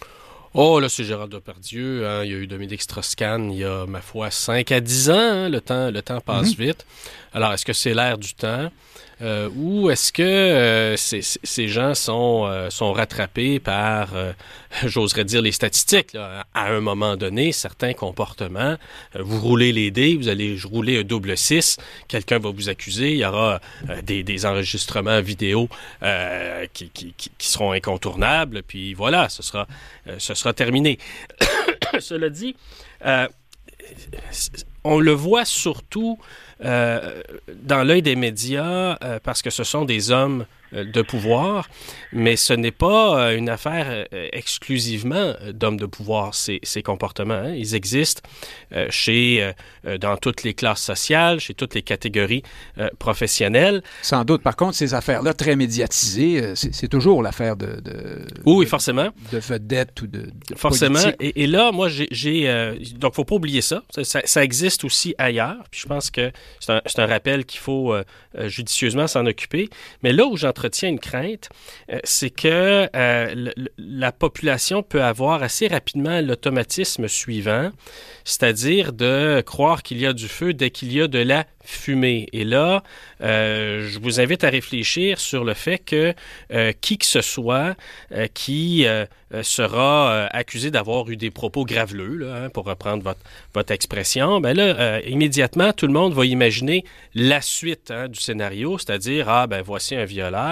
Speaker 3: Oh, là, c'est Gérard Depardieu. Hein. Il y a eu Dominique Strauss-Kahn il y a, ma foi, cinq à dix ans. Hein. Le temps, le temps passe mm-hmm. vite. Alors, est-ce que c'est l'ère du temps? Euh, ou est-ce que euh, ces, ces gens sont, euh, sont rattrapés par, euh, j'oserais dire, les statistiques, là. À un moment donné, certains comportements, euh, vous roulez les dés, vous allez rouler un double six, quelqu'un va vous accuser, il y aura euh, des, des enregistrements vidéo euh, qui, qui, qui, qui seront incontournables, puis voilà, ce sera, euh, ce sera terminé. Cela dit, euh, on le voit surtout euh, dans l'œil des médias euh, parce que ce sont des hommes euh, de pouvoir, mais ce n'est pas euh, une affaire euh, exclusivement d'hommes de pouvoir, ces, ces comportements. Hein. Ils existent euh, chez, euh, dans toutes les classes sociales, chez toutes les catégories euh, professionnelles.
Speaker 2: Sans doute. Par contre, ces affaires-là très médiatisées, c'est, c'est toujours l'affaire de, de...
Speaker 3: Oui,
Speaker 2: de,
Speaker 3: forcément.
Speaker 2: De vedettes ou de, de
Speaker 3: forcément.
Speaker 2: politique.
Speaker 3: Et, et là, moi, j'ai... j'ai euh, donc, il ne faut pas oublier ça. Ça, ça. ça existe aussi ailleurs. Puis je pense que c'est un, c'est un rappel qu'il faut euh, judicieusement s'en occuper. Mais là où j'entretiens une crainte, euh, c'est que euh, le, la population peut avoir assez rapidement l'automatisme suivant, c'est-à-dire de croire qu'il y a du feu dès qu'il y a de la fumée. Et là, euh, je vous invite à réfléchir sur le fait que euh, qui que ce soit euh, qui euh, sera euh, accusé d'avoir eu des propos graveleux, là, hein, pour reprendre votre, votre expression, ben là, euh, immédiatement, tout le monde va imaginer la suite, hein, du scénario, c'est-à-dire, ah, ben voici un violeur,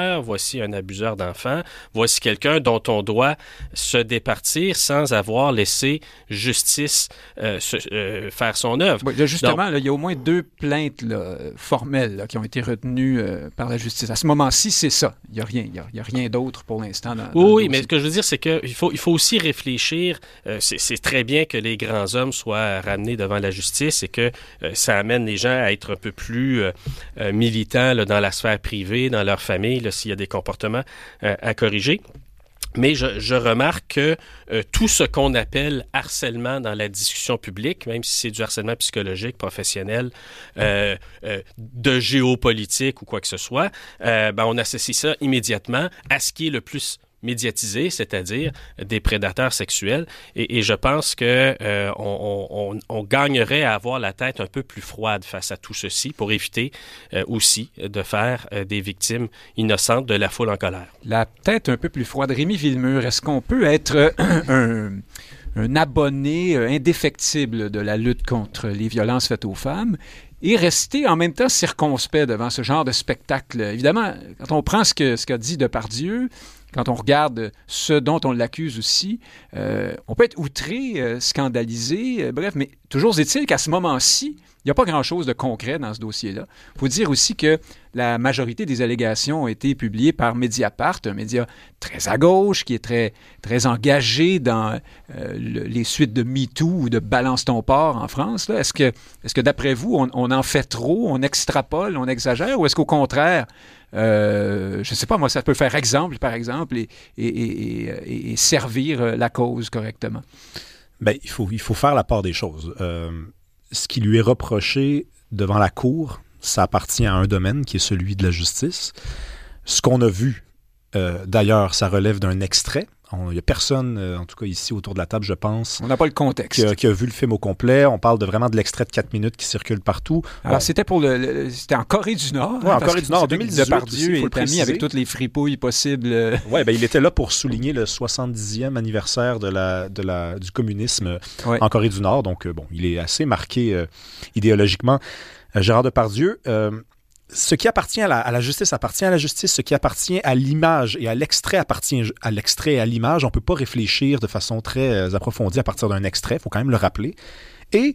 Speaker 3: violeur, voici un abuseur d'enfants, voici quelqu'un dont on doit se départir sans avoir laissé justice euh, se, euh, faire son œuvre.
Speaker 2: Oui, là, justement, là, il y a au moins deux plaintes là, formelles là, qui ont été retenues euh, par la justice. À ce moment-ci, c'est ça. Il n'y a rien. Il y a, a rien d'autre pour l'instant. Dans, dans
Speaker 3: oui, mais ce que je veux dire, c'est qu'il faut, il faut aussi réfléchir. Euh, c'est, c'est très bien que les grands hommes soient ramenés devant la justice et que euh, ça amène les gens à être un peu plus euh, euh, militants là, dans la sphère privée, dans leur famille, là, s'il y a des comportements euh, à corriger. Mais je, je remarque que euh, tout ce qu'on appelle harcèlement dans la discussion publique, même si c'est du harcèlement psychologique, professionnel, euh, euh, de géopolitique ou quoi que ce soit, euh, ben on associe ça immédiatement à ce qui est le plus médiatisé, c'est-à-dire des prédateurs sexuels. Et, et je pense que euh, on, on, on gagnerait à avoir la tête un peu plus froide face à tout ceci pour éviter euh, aussi de faire euh, des victimes innocentes de la foule en colère.
Speaker 2: La tête un peu plus froide. Rémi Villemur, est-ce qu'on peut être un, un abonné indéfectible de la lutte contre les violences faites aux femmes et rester en même temps circonspect devant ce genre de spectacle? Évidemment, quand on prend ce, que, ce qu'a dit Depardieu, quand on regarde ce dont on l'accuse aussi, euh, on peut être outré, euh, scandalisé, euh, bref, mais toujours est-il qu'à ce moment-ci, il n'y a pas grand-chose de concret dans ce dossier-là. Il faut dire aussi que la majorité des allégations ont été publiées par Mediapart, un média très à gauche, qui est très, très engagé dans euh, le, les suites de MeToo ou de Balance ton port en France. Là. Est-ce que, est-ce que d'après vous, on, on en fait trop, on extrapole, on exagère, ou est-ce qu'au contraire, euh, je ne sais pas, moi, ça peut faire exemple, par exemple, et, et, et, et, et servir la cause correctement?
Speaker 5: Bien, il faut, il faut faire la part des choses. Euh, ce qui lui est reproché devant la cour, ça appartient à un domaine qui est celui de la justice. Ce qu'on a vu, euh, d'ailleurs, ça relève d'un extrait. Il n'y a personne, euh, en tout cas ici autour de la table, je pense.
Speaker 2: On n'a pas le contexte.
Speaker 5: Qui a, qui a vu le film au complet. On parle de vraiment de l'extrait de quatre minutes qui circule partout.
Speaker 2: Alors,
Speaker 5: bon.
Speaker 2: c'était pour le, le c'était en Corée du Nord.
Speaker 5: Oui,
Speaker 2: hein,
Speaker 5: en Corée du Nord, en deux mille dix-huit.
Speaker 2: Depardieu est ami avec toutes les fripouilles possibles.
Speaker 5: Oui, ben, il était là pour souligner le soixante-dixième anniversaire de la, de la, du communisme ouais. en Corée du Nord. Donc, euh, bon, il est assez marqué euh, idéologiquement. Euh, Gérard Depardieu... Euh, Ce qui appartient à la, à la justice appartient à la justice. Ce qui appartient à l'image et à l'extrait appartient à l'extrait et à l'image. On ne peut pas réfléchir de façon très approfondie à partir d'un extrait. Il faut quand même le rappeler. Et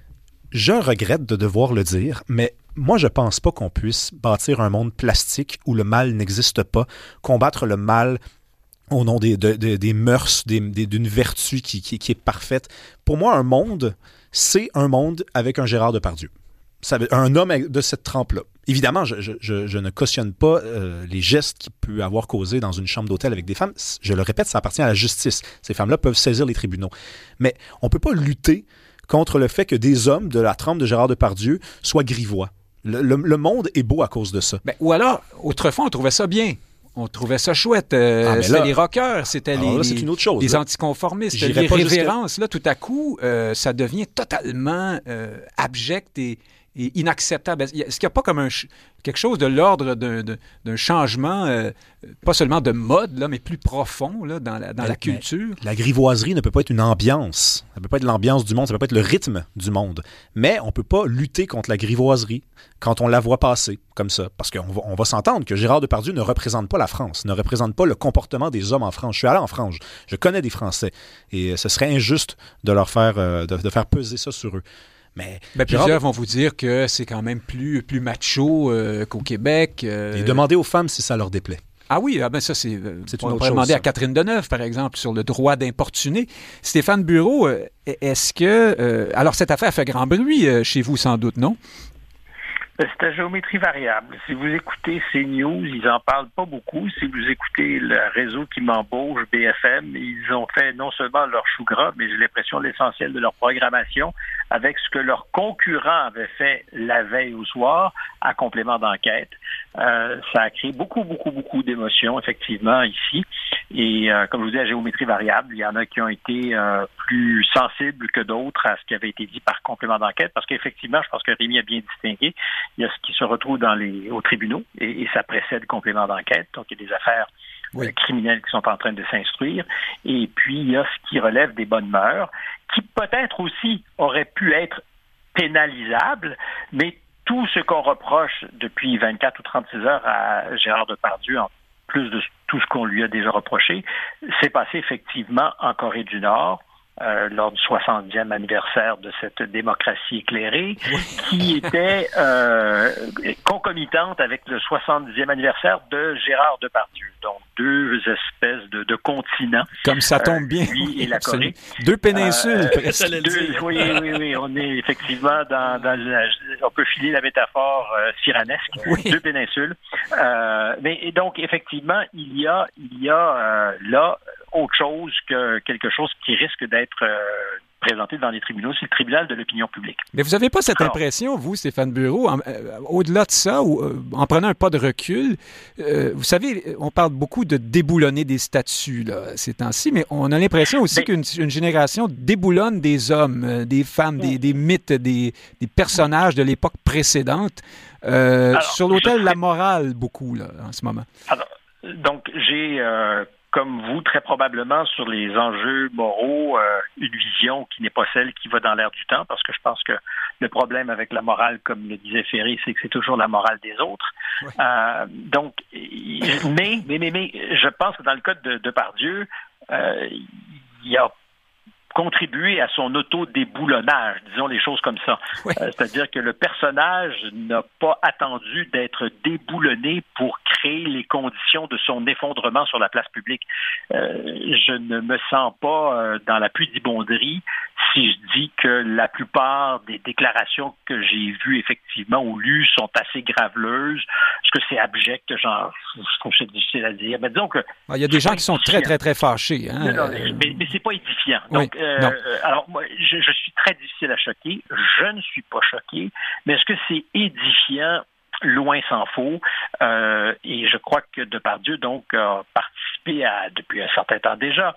Speaker 5: je regrette de devoir le dire, mais moi, je ne pense pas qu'on puisse bâtir un monde plastique où le mal n'existe pas, combattre le mal au nom des, de, de, des mœurs, des, des, d'une vertu qui, qui, qui est parfaite. Pour moi, un monde, c'est un monde avec un Gérard Depardieu. Ça, un homme de cette trempe-là. Évidemment, je, je, je, je ne cautionne pas euh, les gestes qu'il peut avoir causés dans une chambre d'hôtel avec des femmes. Je le répète, ça appartient à la justice. Ces femmes-là peuvent saisir les tribunaux. Mais on ne peut pas lutter contre le fait que des hommes de la trempe de Gérard Depardieu soient grivois. Le, le, le monde est beau à cause de ça.
Speaker 2: Ben, ou alors, autrefois, on trouvait ça bien. On trouvait ça chouette. Euh, ah, c'était là, les rockers, c'était les,
Speaker 5: là, c'est une autre chose,
Speaker 2: les
Speaker 5: là.
Speaker 2: anticonformistes, J'irais les révérences. Là, tout à coup, euh, ça devient totalement euh, abject et, et inacceptable. Est-ce qu'il n'y a pas comme un, quelque chose de l'ordre d'un, d'un changement, euh, pas seulement de mode, là, mais plus profond là, dans, la, dans mais, la culture?
Speaker 5: La grivoiserie ne peut pas être une ambiance. Ça ne peut pas être l'ambiance du monde, ça ne peut pas être le rythme du monde. Mais on ne peut pas lutter contre la grivoiserie quand on la voit passer comme ça. Parce qu'on va, on va s'entendre que Gérard Depardieu ne représente pas la France, ne représente pas le comportement des hommes en France. Je suis allé en France, je connais des Français. Et ce serait injuste de leur faire, euh, de, de faire peser ça sur eux. Mais
Speaker 2: ben, plusieurs Gérard... vont vous dire que c'est quand même plus, plus macho euh, qu'au Québec. Euh...
Speaker 5: Et demandez aux femmes si ça leur déplaît.
Speaker 2: Ah oui, ah ben ça, c'est,
Speaker 5: c'est
Speaker 2: on
Speaker 5: une autre
Speaker 2: pourrait
Speaker 5: chose,
Speaker 2: demander
Speaker 5: ça.
Speaker 2: à Catherine Deneuve, par exemple, sur le droit d'importuner. Stéphane Bureau, est-ce que... Euh, alors, cette affaire fait grand bruit euh, chez vous, sans doute, non?
Speaker 4: C'est à géométrie variable. Si vous écoutez CNews, ils en parlent pas beaucoup. Si vous écoutez le réseau qui m'embauche, B F M, ils ont fait non seulement leur chou gras, mais j'ai l'impression l'essentiel de leur programmation avec ce que leurs concurrents avaient fait la veille au soir à complément d'enquête. Euh, ça a créé beaucoup, beaucoup, beaucoup d'émotions, effectivement, ici. Et euh, comme je vous dis, à géométrie variable, il y en a qui ont été euh, plus sensibles que d'autres à ce qui avait été dit par complément d'enquête, parce qu'effectivement, je pense que Rémi a bien distingué. Il y a ce qui se retrouve dans les, aux tribunaux et, et ça précède complément d'enquête. Donc, il y a des affaires oui. euh, criminelles qui sont en train de s'instruire. Et puis, il y a ce qui relève des bonnes mœurs, qui peut-être aussi auraient pu être pénalisables, mais tout ce qu'on reproche depuis vingt-quatre ou trente-six heures à Gérard Depardieu, en plus de tout ce qu'on lui a déjà reproché, s'est passé effectivement en Corée du Nord. Euh, lors du soixantième anniversaire de cette démocratie éclairée, qui était euh, concomitante avec le soixante-dixième anniversaire de Gérard Depardieu. Donc, deux espèces de, de continents.
Speaker 2: Comme ça tombe bien.
Speaker 4: Euh, lui et la Corée.
Speaker 2: Deux péninsules,
Speaker 4: euh,
Speaker 2: presque.
Speaker 4: Deux, oui, oui, oui. On est effectivement dans... dans la, on peut filer la métaphore euh, cyranesque. Oui. Deux péninsules. Euh, mais et donc, effectivement, il y a, il y a euh, là autre chose que quelque chose qui risque d'être euh, présenté devant les tribunaux, c'est le tribunal de l'opinion publique.
Speaker 2: Mais vous n'avez pas cette
Speaker 4: Alors,
Speaker 2: impression, vous, Stéphane Bureau, en, euh, au-delà de ça, ou, euh, en prenant un pas de recul, euh, vous savez, on parle beaucoup de déboulonner des statuts là, ces temps-ci, mais on a l'impression aussi mais, qu'une une génération déboulonne des hommes, euh, des femmes, des, des mythes, des, des personnages de l'époque précédente, euh, alors, sur l'autel de la morale, beaucoup, là, en ce moment.
Speaker 4: Alors, donc, j'ai... Euh, comme vous, très probablement, sur les enjeux moraux, euh, une vision qui n'est pas celle qui va dans l'air du temps, parce que je pense que le problème avec la morale, comme le disait Ferry, c'est que c'est toujours la morale des autres. Oui. Euh, donc, mais, mais, mais, mais, je pense que dans le cas de Depardieu, euh, il y a contribué à son auto-déboulonnage, disons les choses comme ça. Oui. Euh, c'est-à-dire que le personnage n'a pas attendu d'être déboulonné pour créer les conditions de son effondrement sur la place publique. Euh, je ne me sens pas euh, dans la pudibonderie si je dis que la plupart des déclarations que j'ai vues effectivement ou lues sont assez graveleuses. Est-ce que c'est abject? Genre, je trouve que c'est difficile à dire. Mais disons que...
Speaker 2: Il y a des gens qui sont très, très, très fâchés. Hein?
Speaker 4: Non, non, mais, mais c'est pas édifiant. Donc, oui, euh, alors, moi, je, je suis très difficile à choquer. Je ne suis pas choqué. Mais est-ce que c'est édifiant? Loin s'en faut. Euh, et je crois que Depardieu, donc, a participé à, depuis un certain temps déjà,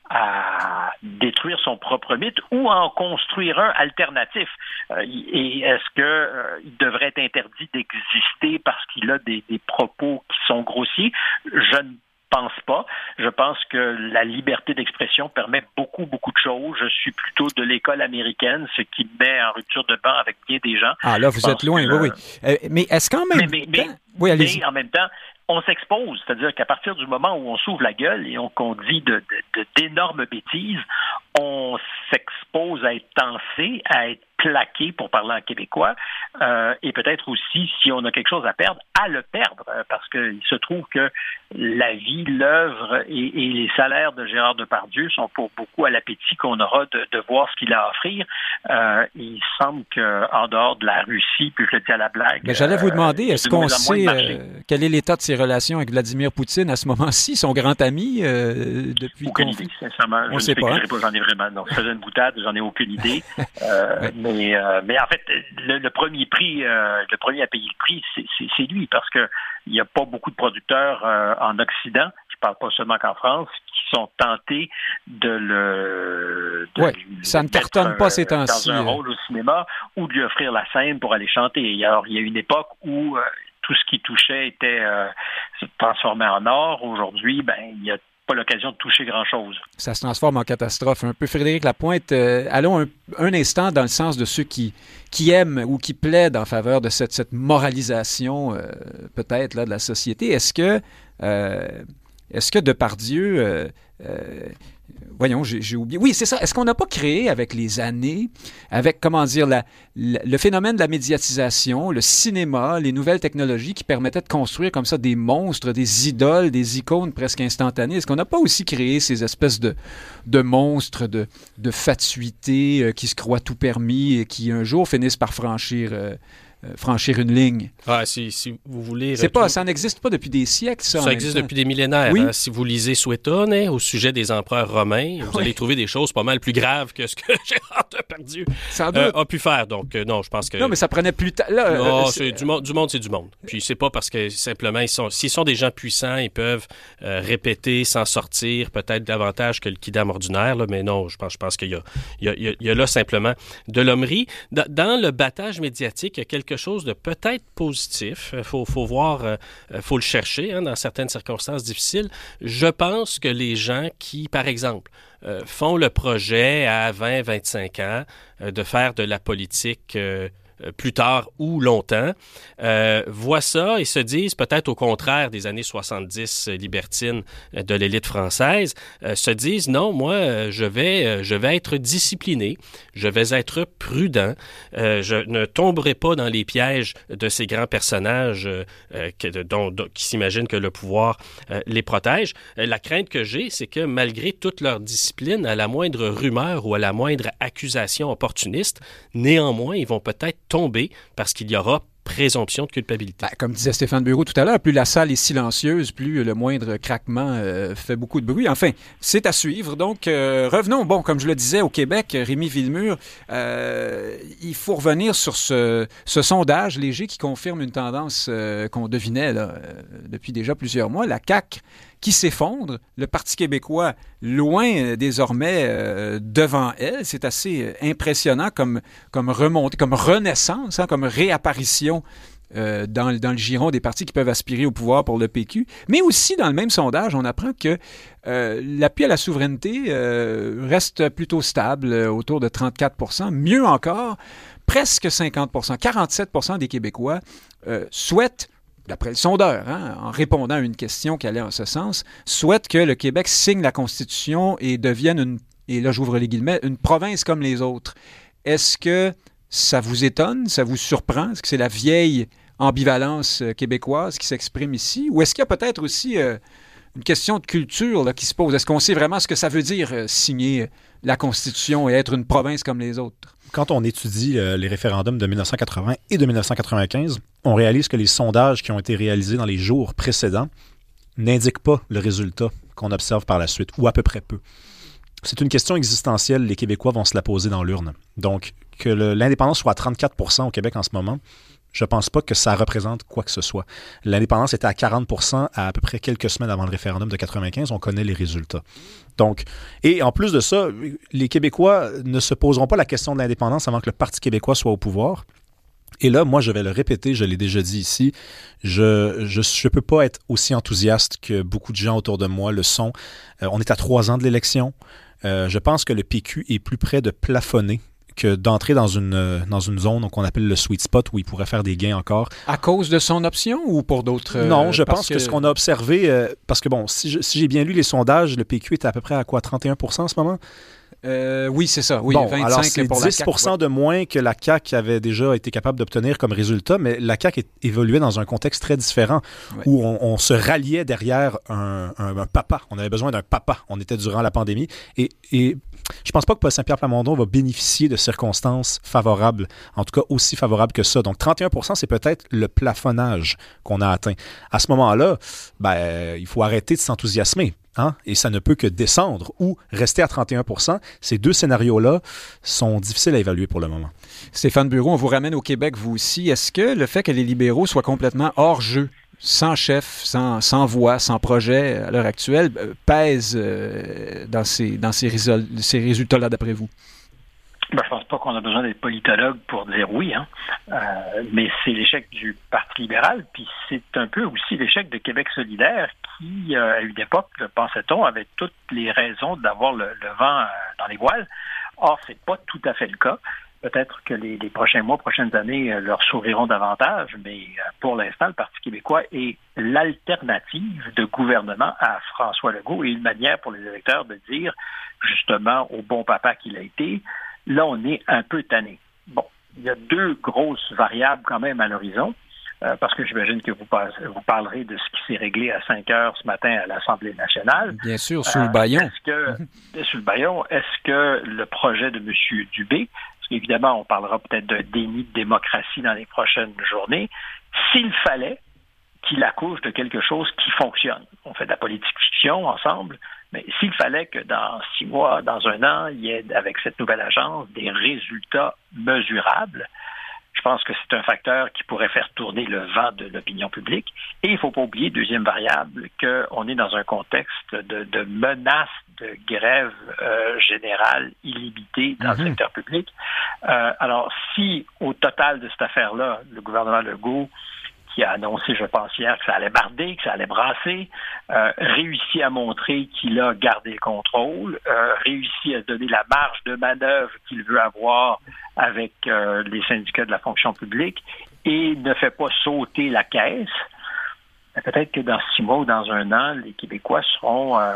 Speaker 4: à détruire son propre mythe ou à en construire un alternatif. Euh, et est-ce que euh, il devrait être interdit d'exister parce qu'il a des, des propos qui sont grossiers? Je ne pense pas. Je pense que la liberté d'expression permet beaucoup, beaucoup de choses. Je suis plutôt de l'école américaine, ce qui me met en rupture de banc avec bien des gens.
Speaker 2: Ah là, vous êtes loin, que, oui, oui. Euh, mais est-ce qu'en même
Speaker 4: mais, mais,
Speaker 2: temps...
Speaker 4: Mais,
Speaker 2: oui, allez-y.
Speaker 4: mais en même temps, on s'expose, c'est-à-dire qu'à partir du moment où on s'ouvre la gueule et on, qu'on dit de, de, de, d'énormes bêtises, on s'expose à être tensé, à être plaqué, pour parler en québécois, euh, et peut-être aussi, si on a quelque chose à perdre, à le perdre, parce qu'il se trouve que la vie, l'œuvre et, et les salaires de Gérard Depardieu sont pour beaucoup à l'appétit qu'on aura de, de voir ce qu'il a à offrir. Euh, il semble qu'en dehors de la Russie, puis je le dis à la blague...
Speaker 2: Mais j'allais vous demander, euh, est-ce qu'on sait euh, quel est l'état de ses relations avec Vladimir Poutine à ce moment-ci, son grand ami, euh, depuis...
Speaker 4: Aucune idée, sincèrement.
Speaker 2: On
Speaker 4: je
Speaker 2: ne sait pas. Hein?
Speaker 4: pas. J'en ai vraiment... Non, je faisais une boutade, j'en ai aucune idée. Euh, ouais. mais, euh, mais en fait, le, le premier prix, euh, le premier à payer le prix, c'est, c'est, c'est lui, parce que il n'y a pas beaucoup de producteurs euh, en Occident, je parle pas seulement qu'en France, qui sont tentés de le... De
Speaker 2: oui, ça ne cartonne pas ces temps-ci.
Speaker 4: Dans un rôle au cinéma, ou de lui offrir la scène pour aller chanter. Alors, il y a une époque où euh, tout ce qui touchait était euh, se transformait en or. Aujourd'hui, ben, il y a pas l'occasion de toucher grand-chose.
Speaker 2: Ça se transforme en catastrophe. Un peu, Frédéric Lapointe, euh, allons un, un instant dans le sens de ceux qui, qui aiment ou qui plaident en faveur de cette, cette moralisation, euh, peut-être, là, de la société. Est-ce que, euh, est-ce que Depardieu... Euh, euh, voyons, j'ai, j'ai oublié. Oui, c'est ça. Est-ce qu'on n'a pas créé avec les années, avec, comment dire, la, la, le phénomène de la médiatisation, le cinéma, les nouvelles technologies qui permettaient de construire comme ça des monstres, des idoles, des icônes presque instantanées? Est-ce qu'on n'a pas aussi créé ces espèces de, de monstres, de, de fatuité euh, qui se croient tout permis et qui un jour finissent par franchir... Euh, Euh, franchir une ligne.
Speaker 3: Ah, si, si vous voulez...
Speaker 2: C'est pas, ça n'existe pas depuis des siècles, ça.
Speaker 3: Ça existe depuis des millénaires.
Speaker 2: Oui.
Speaker 3: Hein. Si vous lisez Suétone, hein, au sujet des empereurs romains, vous oui. allez trouver des choses pas mal plus graves que ce que Gérard Depardieu euh, a pu faire. Donc, euh, non, je pense que...
Speaker 2: Non, mais ça prenait plus tard.
Speaker 3: Non, euh, c'est... C'est du, monde, du monde, c'est du monde. Puis c'est pas parce que, simplement, ils sont, s'ils sont des gens puissants, ils peuvent euh, répéter, s'en sortir, peut-être davantage que le kidam ordinaire, là, mais non, je pense, je pense qu'il y a, il y a, il y a, il y a là simplement de l'hommerie. Dans, dans le battage médiatique, il y a quelque chose de peut-être positif. Il faut, faut voir, euh, faut le chercher hein, dans certaines circonstances difficiles. Je pense que les gens qui, par exemple, euh, font le projet à vingt à vingt-cinq ans euh, de faire de la politique euh, plus tard ou longtemps, euh, voient ça et se disent, peut-être au contraire des années soixante-dix euh, libertines euh, de l'élite française, euh, se disent, non, moi, euh, je vais, euh, je vais être discipliné, je vais être prudent, euh, je ne tomberai pas dans les pièges de ces grands personnages euh, euh, que, dont, dont, qui s'imaginent que le pouvoir euh, les protège. Euh, la crainte que j'ai, c'est que malgré toute leur discipline, à la moindre rumeur ou à la moindre accusation opportuniste, néanmoins, ils vont peut-être tomber parce qu'il y aura présomption de culpabilité.
Speaker 2: Ben, comme disait Stéphane Bureau tout à l'heure, plus la salle est silencieuse, plus le moindre craquement euh, fait beaucoup de bruit. Enfin, c'est à suivre. Donc, euh, revenons, bon, comme je le disais, au Québec, Rémi Villemure, euh, il faut revenir sur ce, ce sondage léger qui confirme une tendance euh, qu'on devinait là, euh, depuis déjà plusieurs mois. La C A Q qui s'effondre, le Parti québécois loin euh, désormais euh, devant elle. C'est assez euh, impressionnant comme, comme remontée, comme renaissance, hein, comme réapparition euh, dans, dans le giron des partis qui peuvent aspirer au pouvoir pour le P Q. Mais aussi, dans le même sondage, on apprend que euh, l'appui à la souveraineté euh, reste plutôt stable, euh, autour de trente-quatre pour cent. Mieux encore, presque cinquante pour cent, quarante-sept pour cent des Québécois euh, souhaitent, d'après le sondeur, hein, en répondant à une question qui allait en ce sens, souhaite que le Québec signe la Constitution et devienne, une, et là j'ouvre les guillemets, une province comme les autres. Est-ce que ça vous étonne, ça vous surprend? Est-ce que c'est la vieille ambivalence québécoise qui s'exprime ici? Ou est-ce qu'il y a peut-être aussi euh, une question de culture là, qui se pose? Est-ce qu'on sait vraiment ce que ça veut dire euh, signer la Constitution et être une province comme les autres?
Speaker 5: Quand on étudie euh, les référendums de dix-neuf cent quatre-vingts et de dix-neuf cent quatre-vingt-quinze, on réalise que les sondages qui ont été réalisés dans les jours précédents n'indiquent pas le résultat qu'on observe par la suite, ou à peu près peu. C'est une question existentielle, les Québécois vont se la poser dans l'urne. Donc, que le, l'indépendance soit à trente-quatre pour cent au Québec en ce moment, je ne pense pas que ça représente quoi que ce soit. L'indépendance était à quarante pour cent à à peu près quelques semaines avant le référendum de quatre-vingt-quinze. On connaît les résultats. Donc, et en plus de ça, les Québécois ne se poseront pas la question de l'indépendance avant que le Parti québécois soit au pouvoir. Et là, moi, je vais le répéter, je l'ai déjà dit ici, je je, je peux pas être aussi enthousiaste que beaucoup de gens autour de moi le sont. Euh, on est à trois ans de l'élection. Euh, je pense que le P Q est plus près de plafonner que d'entrer dans une, dans une zone qu'on appelle le sweet spot où il pourrait faire des gains encore.
Speaker 2: À cause de son option ou pour d'autres... Euh,
Speaker 5: non, je pense
Speaker 2: que...
Speaker 5: que ce qu'on a observé, euh, parce que bon, si, je, si j'ai bien lu les sondages, le P Q est à peu près à quoi, trente et un pour cent en ce moment?
Speaker 2: Euh, oui, c'est ça. Oui,
Speaker 5: bon,
Speaker 2: vingt-cinq
Speaker 5: alors c'est
Speaker 2: pour
Speaker 5: dix pour cent
Speaker 2: la C A Q,
Speaker 5: de moins que la C A Q avait déjà été capable d'obtenir comme résultat, mais la C A Q est, évoluait dans un contexte très différent, ouais. où on, on se ralliait derrière un, un, un papa. On avait besoin d'un papa. On était durant la pandémie. Et, et je pense pas que Paul Saint-Pierre Plamondon va bénéficier de circonstances favorables, en tout cas aussi favorables que ça. Donc trente et un pour cent, c'est peut-être le plafonnage qu'on a atteint. À ce moment-là, ben, il faut arrêter de s'enthousiasmer. Hein? Et ça ne peut que descendre ou rester à trente et un pour cent. Ces deux scénarios-là sont difficiles à évaluer pour le moment.
Speaker 2: Stéphane Bureau, on vous ramène au Québec, vous aussi. Est-ce que le fait que les libéraux soient complètement hors jeu, sans chef, sans, sans voix, sans projet à l'heure actuelle, pèse euh, dans ces, dans ces, résol- ces résultats-là, d'après vous?
Speaker 4: Ben, je pense pas qu'on a besoin d'être politologue pour dire oui, hein. Euh, mais c'est l'échec du Parti libéral, puis c'est un peu aussi l'échec de Québec solidaire qui, euh, à une époque, pensait-on, avait toutes les raisons d'avoir le, le vent euh, dans les voiles. Or, c'est pas tout à fait le cas. Peut-être que les, les prochains mois, prochaines années euh, leur sourieront davantage, mais euh, pour l'instant, le Parti québécois est l'alternative de gouvernement à François Legault et une manière pour les électeurs de dire, justement, au bon papa qu'il a été, là, on est un peu tanné. Bon, il y a deux grosses variables quand même à l'horizon, euh, parce que j'imagine que vous, par- vous parlerez de ce qui s'est réglé à cinq heures ce matin à l'Assemblée nationale.
Speaker 2: Bien sûr, sous
Speaker 4: euh,
Speaker 2: le bâillon.
Speaker 4: Est-ce que, sous le bâillon, est-ce que le projet de M. Dubé, parce qu'évidemment, on parlera peut-être d'un déni de démocratie dans les prochaines journées, s'il fallait qu'il accouche de quelque chose qui fonctionne. On fait de la politique fiction ensemble, mais s'il fallait que dans six mois, dans un an, il y ait, avec cette nouvelle agence, des résultats mesurables, je pense que c'est un facteur qui pourrait faire tourner le vent de l'opinion publique. Et il ne faut pas oublier, deuxième variable, qu'on est dans un contexte de, de menace de grève euh, générale illimitée dans mm-hmm. le secteur public. Euh, alors, si au total de cette affaire-là, le gouvernement Legault qui a annoncé, je pense, hier que ça allait barder, que ça allait brasser, euh, réussit à montrer qu'il a gardé le contrôle, euh, réussit à donner la marge de manœuvre qu'il veut avoir avec euh, les syndicats de la fonction publique et ne fait pas sauter la caisse. Peut-être que dans six mois ou dans un an, les Québécois seront euh,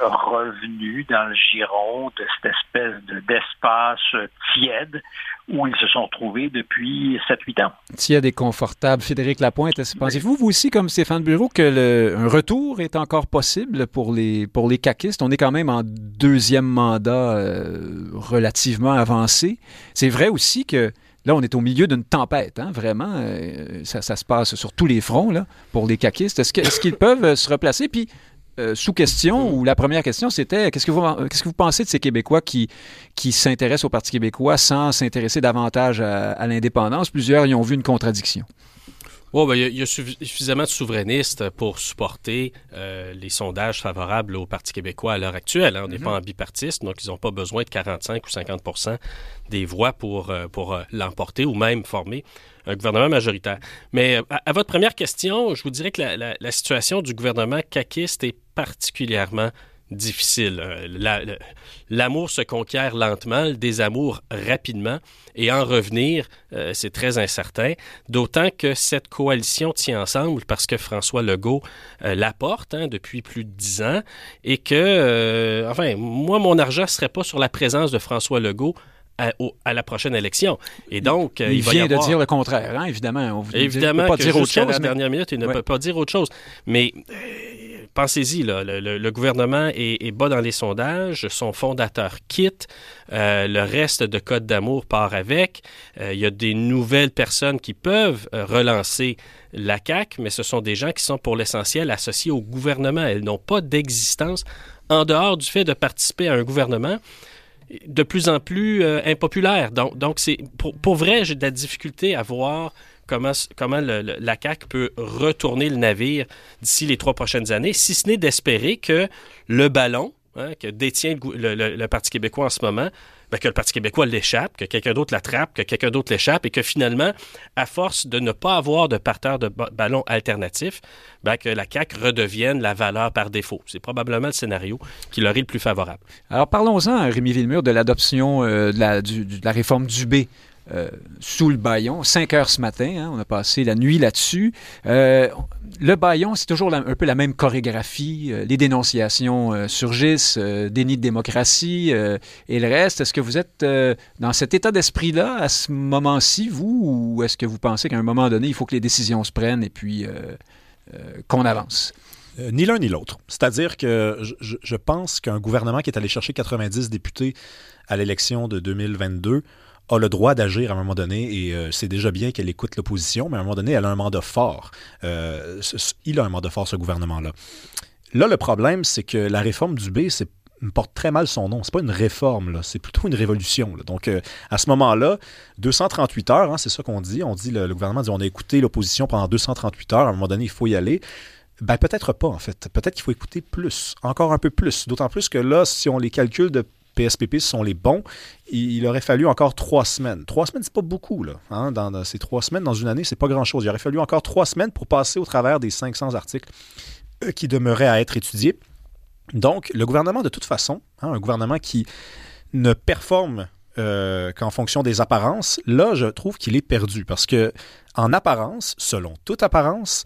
Speaker 4: revenus dans le giron de cette espèce de, d'espace tiède où ils se sont trouvés depuis sept huit ans.
Speaker 2: Tiède et confortable. Frédéric Lapointe, pensez-vous, vous aussi, comme Stéphane Bureau, que le, un retour est encore possible pour les, pour les caquistes? On est quand même en deuxième mandat euh, relativement avancé. C'est vrai aussi que là, on est au milieu d'une tempête, hein, vraiment. Euh, ça, ça se passe sur tous les fronts là, pour les caquistes. Est-ce, que, est-ce qu'ils peuvent se replacer? Puis, euh, sous question, ou la première question, c'était qu'est-ce que vous, qu'est-ce que vous pensez de ces Québécois qui, qui s'intéressent au Parti québécois sans s'intéresser davantage à, à l'indépendance? Plusieurs y ont vu une contradiction.
Speaker 3: Oh, ben, il y a suffisamment de souverainistes pour supporter euh, les sondages favorables au Parti québécois à l'heure actuelle. Hein. On n'est mm-hmm. pas en bipartiste, donc ils n'ont pas besoin de quarante-cinq ou cinquante pour cent des voix pour, euh, pour euh, l'emporter ou même former un gouvernement majoritaire. Mais à, à votre première question, je vous dirais que la, la, la situation du gouvernement caquiste est particulièrement difficile. La, la, l'amour se conquiert lentement, le désamour rapidement, et en revenir, euh, c'est très incertain, d'autant que cette coalition tient ensemble parce que François Legault euh, la porte hein, depuis plus de dix ans, et que, euh, enfin, moi, mon argent ne serait pas sur la présence de François Legault À, au, à la prochaine élection. Et donc,
Speaker 2: il, il va vient y avoir... de dire le contraire, hein, évidemment. On vous
Speaker 3: évidemment
Speaker 2: dit, peut pas
Speaker 3: que
Speaker 2: dire
Speaker 3: jusqu'à
Speaker 2: autre chose,
Speaker 3: la
Speaker 2: mais...
Speaker 3: dernière minute, il ne ouais. peut pas dire autre chose. Mais euh, pensez-y, là, le, le, le gouvernement est, est bas dans les sondages, son fondateur quitte, euh, le reste de Code d'amour part avec. Euh, il y a des nouvelles personnes qui peuvent euh, relancer la C A Q, mais ce sont des gens qui sont pour l'essentiel associés au gouvernement. Elles n'ont pas d'existence en dehors du fait de participer à un gouvernement de plus en plus euh, impopulaire. Donc, donc c'est, pour, pour vrai, j'ai de la difficulté à voir comment, comment le, le, la C A Q peut retourner le navire d'ici les trois prochaines années, si ce n'est d'espérer que le ballon hein, que détient le, le, le Parti québécois en ce moment, ben, que le Parti québécois l'échappe, que quelqu'un d'autre l'attrape, que quelqu'un d'autre l'échappe et que finalement, à force de ne pas avoir de parterre de ba- ballon alternatif, ben, que la C A Q redevienne la valeur par défaut. C'est probablement le scénario qui leur est le plus favorable.
Speaker 2: Alors parlons-en, Rémi Villemur, de l'adoption euh, de, la, du, de la réforme Dubé. Euh, sous le bâillon, cinq heures ce matin, hein, on a passé la nuit là-dessus. Euh, le bâillon, c'est toujours la, un peu la même chorégraphie. Euh, les dénonciations euh, surgissent, euh, déni de démocratie euh, et le reste. Est-ce que vous êtes euh, dans cet état d'esprit-là à ce moment-ci, vous, ou est-ce que vous pensez qu'à un moment donné, il faut que les décisions se prennent et puis euh, euh, qu'on avance?
Speaker 5: Euh, ni l'un ni l'autre. C'est-à-dire que je, je pense qu'un gouvernement qui est allé chercher quatre-vingt-dix députés à l'élection de deux mille vingt-deux a le droit d'agir à un moment donné, et euh, c'est déjà bien qu'elle écoute l'opposition, mais à un moment donné, elle a un mandat fort. Euh, il a un mandat fort, ce gouvernement-là. Là, le problème, c'est que la réforme Dubé, c'est porte très mal son nom. C'est pas une réforme, là. C'est plutôt une révolution. Là. Donc, euh, à ce moment-là, deux cent trente-huit heures, hein, c'est ça qu'on dit. On dit, le, le gouvernement dit, on a écouté l'opposition pendant deux cent trente-huit heures. À un moment donné, il faut y aller. Ben, peut-être pas, en fait. Peut-être qu'il faut écouter plus, encore un peu plus. D'autant plus que là, si on les calcule de P S P P sont les bons, il aurait fallu encore trois semaines. Trois semaines, c'est pas beaucoup, là. Hein? Dans, dans ces trois semaines, dans une année, c'est pas grand-chose. Il aurait fallu encore trois semaines pour passer au travers des cinq cents articles euh, qui demeuraient à être étudiés. Donc, le gouvernement, de toute façon, hein, un gouvernement qui ne performe euh, qu'en fonction des apparences, là, je trouve qu'il est perdu. Parce que, en apparence, selon toute apparence,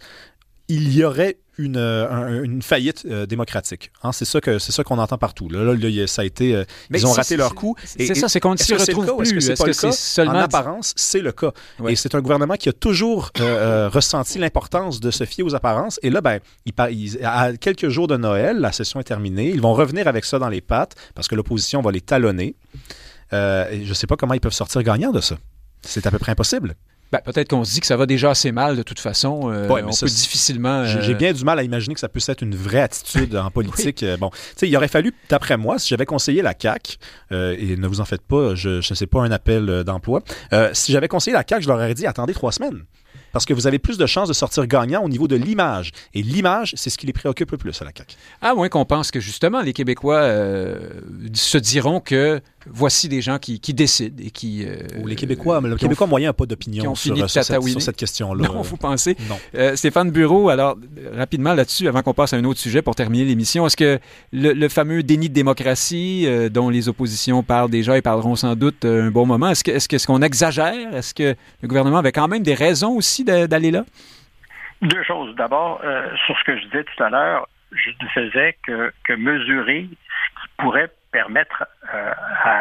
Speaker 5: il y aurait une, euh, une faillite euh, démocratique. Hein, c'est ça que c'est ça qu'on entend partout. Là, là, là ça a été, euh, ils ont raté leur coup.
Speaker 2: C'est, c'est ça, c'est qu'on ne s'y retrouve plus.
Speaker 5: Est-ce que c'est, est-ce que c'est seulement... En apparence, c'est le cas. Ouais. Et c'est un gouvernement qui a toujours euh, euh, ressenti l'importance de se fier aux apparences. Et là, ben, il, il, à quelques jours de Noël, la session est terminée. Ils vont revenir avec ça dans les pattes parce que l'opposition va les talonner. Euh, et je ne sais pas comment ils peuvent sortir gagnants de ça. C'est à peu près impossible.
Speaker 2: Ben, peut-être qu'on se dit que ça va déjà assez mal de toute façon. Euh, ouais, on ça, peut difficilement... Euh...
Speaker 5: J'ai, j'ai bien du mal à imaginer que ça puisse être une vraie attitude en politique. oui. Bon, tu sais, il aurait fallu, d'après moi, si j'avais conseillé la C A Q, euh, et ne vous en faites pas, je ne sais pas un appel d'emploi, euh, si j'avais conseillé la C A Q, je leur aurais dit, attendez trois semaines. Parce que vous avez plus de chances de sortir gagnant au niveau de l'image. Et l'image, c'est ce qui les préoccupe le plus à la C A Q.
Speaker 2: À moins qu'on pense que, justement, les Québécois euh, se diront que voici des gens qui, qui décident et qui... Euh,
Speaker 5: Ou les Québécois, le Québécois ont, moyen n'a pas d'opinion sur, sur, cette, sur cette question-là.
Speaker 2: Non, vous pensez?
Speaker 5: Non.
Speaker 2: Euh, Stéphane Bureau, alors, rapidement là-dessus, avant qu'on passe à un autre sujet pour terminer l'émission, est-ce que le, le fameux déni de démocratie euh, dont les oppositions parlent déjà et parleront sans doute euh, un bon moment, est-ce que, est-ce que, est-ce qu'on exagère? Est-ce que le gouvernement avait quand même des raisons aussi de, d'aller là?
Speaker 4: Deux choses. D'abord, euh, sur ce que je disais tout à l'heure, je ne faisais que, que mesurer ce qui pourrait permettre euh,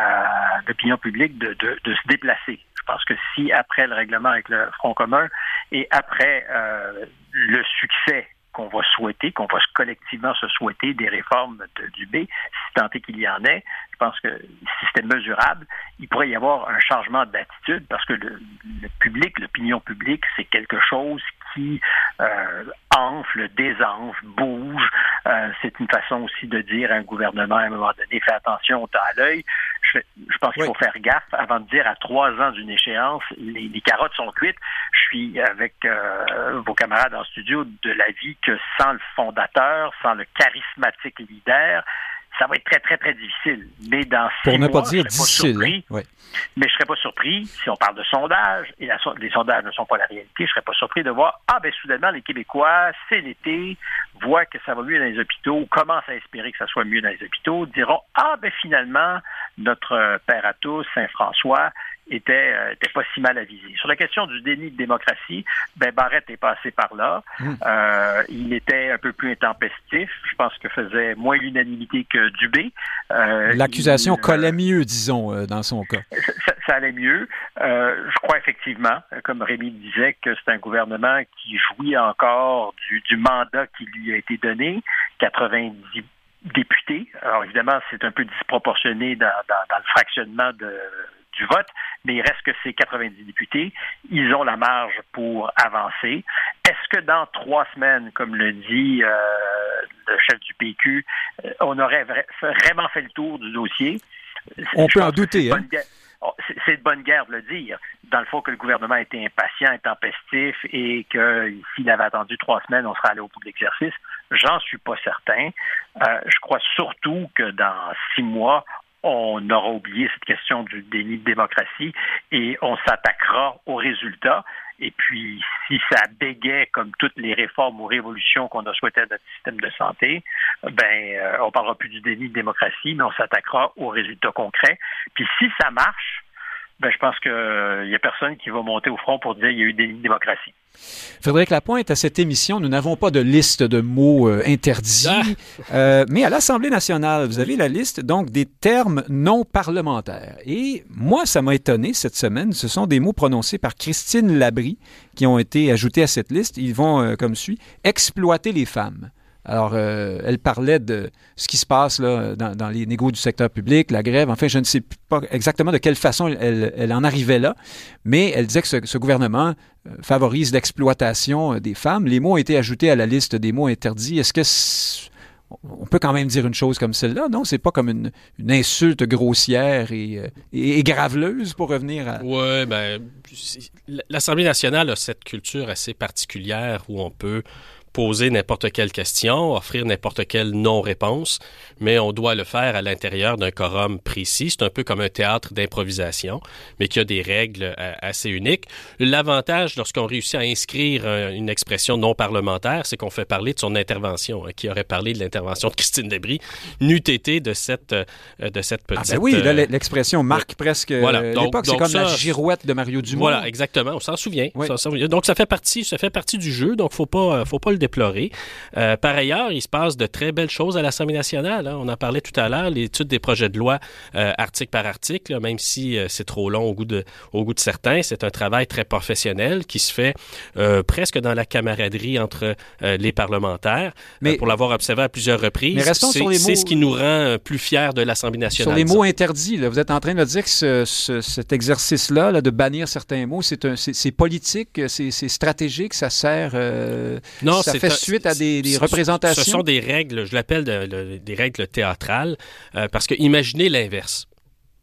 Speaker 4: à l'opinion publique de, de, de se déplacer. Je pense que si après le règlement avec le Front commun et après euh, le succès qu'on va souhaiter, qu'on va collectivement se souhaiter des réformes de, du B, si tant est qu'il y en ait, je pense que si c'était mesurable, il pourrait y avoir un changement d'attitude parce que le, le public, l'opinion publique, c'est quelque chose qui euh, enfle, désenfle, bouge. Euh, c'est une façon aussi de dire à un gouvernement à un moment donné, fais attention, t'as à l'œil. Je, je pense qu'il faut oui. faire gaffe avant de dire à trois ans d'une échéance, les, les carottes sont cuites. Je suis avec euh, vos camarades en studio de l'avis que sans le fondateur, sans le charismatique leader, ça va être très, très, très difficile. Mais dans six
Speaker 2: Pour ne
Speaker 4: mois,
Speaker 2: pas dire
Speaker 4: je serais
Speaker 2: difficile,
Speaker 4: pas surpris.
Speaker 2: Hein? Oui.
Speaker 4: Mais je ne serais pas surpris, si on parle de sondages, et la, les sondages ne sont pas la réalité, je ne serais pas surpris de voir, ah ben soudainement, les Québécois, c'est l'été, voient que ça va mieux dans les hôpitaux, commencent à espérer que ça soit mieux dans les hôpitaux, diront, ah ben finalement, notre père à tous, Saint-François, était, euh, était pas si mal avisé. Sur la question du déni de démocratie, ben Barrette est passé par là. Mmh. Euh, il était un peu plus intempestif. Je pense que faisait moins l'unanimité que Dubé. Euh,
Speaker 2: L'accusation
Speaker 4: il,
Speaker 2: collait
Speaker 4: euh,
Speaker 2: mieux, disons, euh, dans son cas.
Speaker 4: Ça, ça allait mieux. Euh, je crois effectivement, comme Rémi disait, que c'est un gouvernement qui jouit encore du, du mandat qui lui a été donné, quatre-vingt-dix députés. Alors évidemment, c'est un peu disproportionné dans, dans, dans le fractionnement de du vote, mais il reste que ces quatre-vingt-dix députés, ils ont la marge pour avancer. Est-ce que dans trois semaines, comme le dit euh, le chef du P Q, euh, on aurait vra- vraiment fait le tour du dossier?
Speaker 2: On Je peut en douter, hein?
Speaker 4: C'est, c'est de bonne guerre de le dire. Dans le fond, que le gouvernement était impatient, intempestif et que s'il avait attendu trois semaines, on serait allé au bout de l'exercice. J'en suis pas certain. Euh, je crois surtout que dans six mois, on aura oublié cette question du déni de démocratie et on s'attaquera aux résultats. Et puis, si ça bégait comme toutes les réformes ou révolutions qu'on a souhaitées à notre système de santé, ben, euh, on parlera plus du déni de démocratie, mais on s'attaquera aux résultats concrets. Puis, si ça marche, ben, je pense qu'il euh, n'y a personne qui va monter au front pour dire qu'il y a eu déni de démocratie.
Speaker 2: Frédéric Lapointe, à cette émission, nous n'avons pas de liste de mots euh, interdits, ah! euh, mais à l'Assemblée nationale, vous avez la liste donc des termes non parlementaires. Et moi, ça m'a étonné cette semaine. Ce sont des mots prononcés par Christine Labrie qui ont été ajoutés à cette liste. Ils vont euh, comme suit « exploiter les femmes ». Alors, euh, elle parlait de ce qui se passe là, dans, dans les négos du secteur public, la grève. Enfin, je ne sais pas exactement de quelle façon elle, elle en arrivait là, mais elle disait que ce, ce gouvernement favorise l'exploitation des femmes. Les mots ont été ajoutés à la liste des mots interdits. Est-ce que c'est... on peut quand même dire une chose comme celle-là? Non, c'est pas comme une, une insulte grossière et, et, et graveleuse pour revenir à...
Speaker 3: Oui, bien, l'Assemblée nationale a cette culture assez particulière où on peut poser n'importe quelle question, offrir n'importe quelle non-réponse, mais on doit le faire à l'intérieur d'un quorum précis. C'est un peu comme un théâtre d'improvisation, mais qui a des règles euh, assez uniques. L'avantage, lorsqu'on réussit à inscrire un, une expression non parlementaire, c'est qu'on fait parler de son intervention. Hein, qui aurait parlé de l'intervention de Christine Labrie, n'eût été de cette, euh, de cette petite...
Speaker 2: Ah ben oui, là, l'expression marque euh, presque
Speaker 3: voilà. donc,
Speaker 2: l'époque.
Speaker 3: Donc,
Speaker 2: c'est comme
Speaker 3: ça,
Speaker 2: la girouette de Mario Dumont.
Speaker 3: Voilà, exactement. On s'en souvient.
Speaker 2: Oui.
Speaker 3: Ça, ça, donc, ça fait partie, ça fait partie du jeu, donc faut pas, faut pas le déplorer. Euh, par ailleurs, il se passe de très belles choses à l'Assemblée nationale. Hein. On en parlait tout à l'heure, l'étude des projets de loi euh, article par article, là, même si euh, c'est trop long au goût de, au goût de certains, c'est un travail très professionnel qui se fait euh, presque dans la camaraderie entre euh, les parlementaires. Mais, euh, pour l'avoir observé à plusieurs reprises,
Speaker 2: mais restons
Speaker 3: c'est,
Speaker 2: sur les mots,
Speaker 3: c'est ce qui nous rend plus fiers de l'Assemblée nationale.
Speaker 2: Sur les mots interdits, là, vous êtes en train de me dire que ce, ce, cet exercice-là, là, de bannir certains mots, c'est, un, c'est, c'est politique, c'est, c'est stratégique, ça sert... Euh,
Speaker 3: non,
Speaker 2: ça
Speaker 3: c'est
Speaker 2: fait
Speaker 3: un,
Speaker 2: suite à des, des représentations.
Speaker 3: Ce sont des règles, je l'appelle de, de, des règles théâtrales, euh, parce que imaginez l'inverse.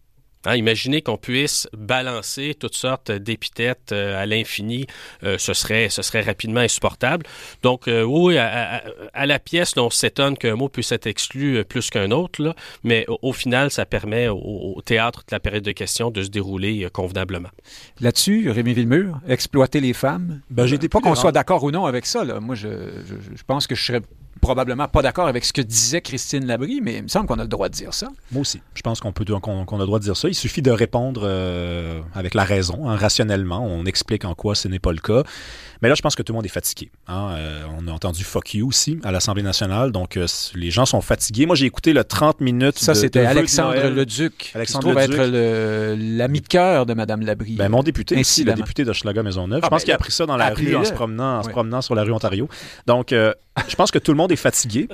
Speaker 3: Hein, imaginez qu'on puisse balancer toutes sortes d'épithètes euh, à l'infini, euh, ce serait, ce serait rapidement insupportable. Donc, euh, oui, à, à, à la pièce, là, on s'étonne qu'un mot puisse être exclu plus qu'un autre, là, mais au, au final, ça permet au, au théâtre de la période de questions de se dérouler euh, convenablement.
Speaker 2: Là-dessus, Rémi Villemur, exploiter les femmes, ben, j'ai été pas qu'on soit d'accord ou non avec ça. Là. Moi, je, je, je pense que je serais probablement pas d'accord avec ce que disait Christine Labrie, mais il me semble qu'on a le droit de dire ça.
Speaker 5: Moi aussi. Je pense qu'on peut qu'on, qu'on a le droit de dire ça. Il suffit de répondre euh, avec la raison, hein, rationnellement. On explique en quoi ce n'est pas le cas. Mais là, je pense que tout le monde est fatigué. Hein. Euh, on a entendu « fuck you » aussi à l'Assemblée nationale. Donc, euh, les gens sont fatigués. Moi, j'ai écouté le trente minutes
Speaker 2: ça,
Speaker 5: de,
Speaker 2: c'était
Speaker 5: de
Speaker 2: Alexandre Leduc, Alexandre qui se trouve être le, l'ami de cœur de Mme Labrie.
Speaker 5: Ben, mon député aussi, le député d'Hochelaga-Maisonneuve. Ah, je pense ben, qu'il a appris ça dans la rue en se, promenant, en se promenant sur la rue Ontario. Donc, euh, je pense que tout le monde est fatigué.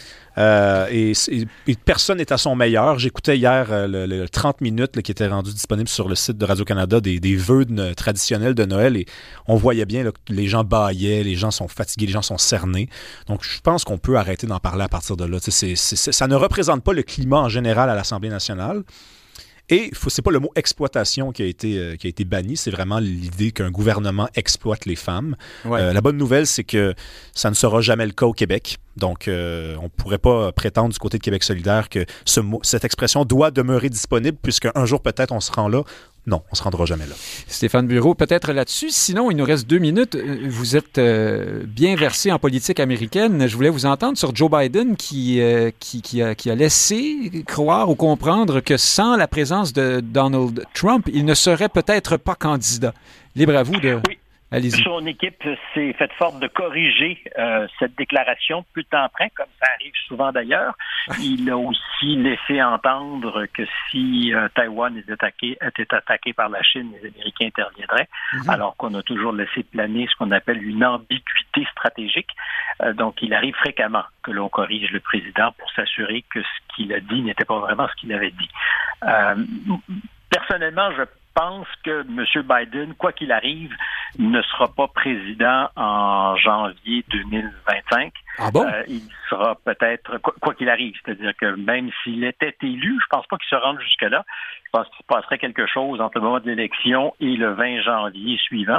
Speaker 5: Euh, et, et, et personne n'est à son meilleur. J'écoutais hier euh, le, le trente minutes là, qui était rendu disponible sur le site de Radio-Canada des, des vœux de, traditionnels de Noël et on voyait bien là, que les gens bâillaient, les gens sont fatigués, les gens sont cernés. Donc je pense qu'on peut arrêter d'en parler à partir de là. C'est, c'est, c'est, ça ne représente pas le climat en général à l'Assemblée nationale. Et faut, c'est pas le mot exploitation qui a été, euh, qui a été banni, c'est vraiment l'idée qu'un gouvernement exploite les femmes. Ouais. Euh, la bonne nouvelle, c'est que ça ne sera jamais le cas au Québec. Donc, euh, on ne pourrait pas prétendre du côté de Québec solidaire que ce mot, cette expression doit demeurer disponible puisqu'un jour, peut-être, on se rend là. Non, on ne se rendra jamais là.
Speaker 2: Stéphane Bureau, peut-être là-dessus. Sinon, il nous reste deux minutes. Vous êtes euh, bien versé en politique américaine. Je voulais vous entendre sur Joe Biden qui, euh, qui, qui, a, qui a laissé croire ou comprendre que sans la présence de Donald Trump, il ne serait peut-être pas candidat. Libre à vous de...
Speaker 4: Oui. Allez-y. Son équipe s'est faite forte de corriger euh, cette déclaration peu de temps après, comme ça arrive souvent d'ailleurs. Il a aussi laissé entendre que si euh, Taïwan était attaqué, était attaqué par la Chine, les Américains interviendraient, mm-hmm. alors qu'on a toujours laissé planer ce qu'on appelle une ambiguïté stratégique. Euh, donc, il arrive fréquemment que l'on corrige le président pour s'assurer que ce qu'il a dit n'était pas vraiment ce qu'il avait dit. Euh, personnellement, je Je pense que M. Biden, quoi qu'il arrive, ne sera pas président en janvier deux mille vingt-cinq.
Speaker 2: Ah bon?
Speaker 4: Euh, il sera peut-être, quoi, quoi qu'il arrive, c'est-à-dire que même s'il était élu, je pense pas qu'il se rende jusque-là. Je pense qu'il se passerait quelque chose entre le moment de l'élection et le vingt janvier suivant.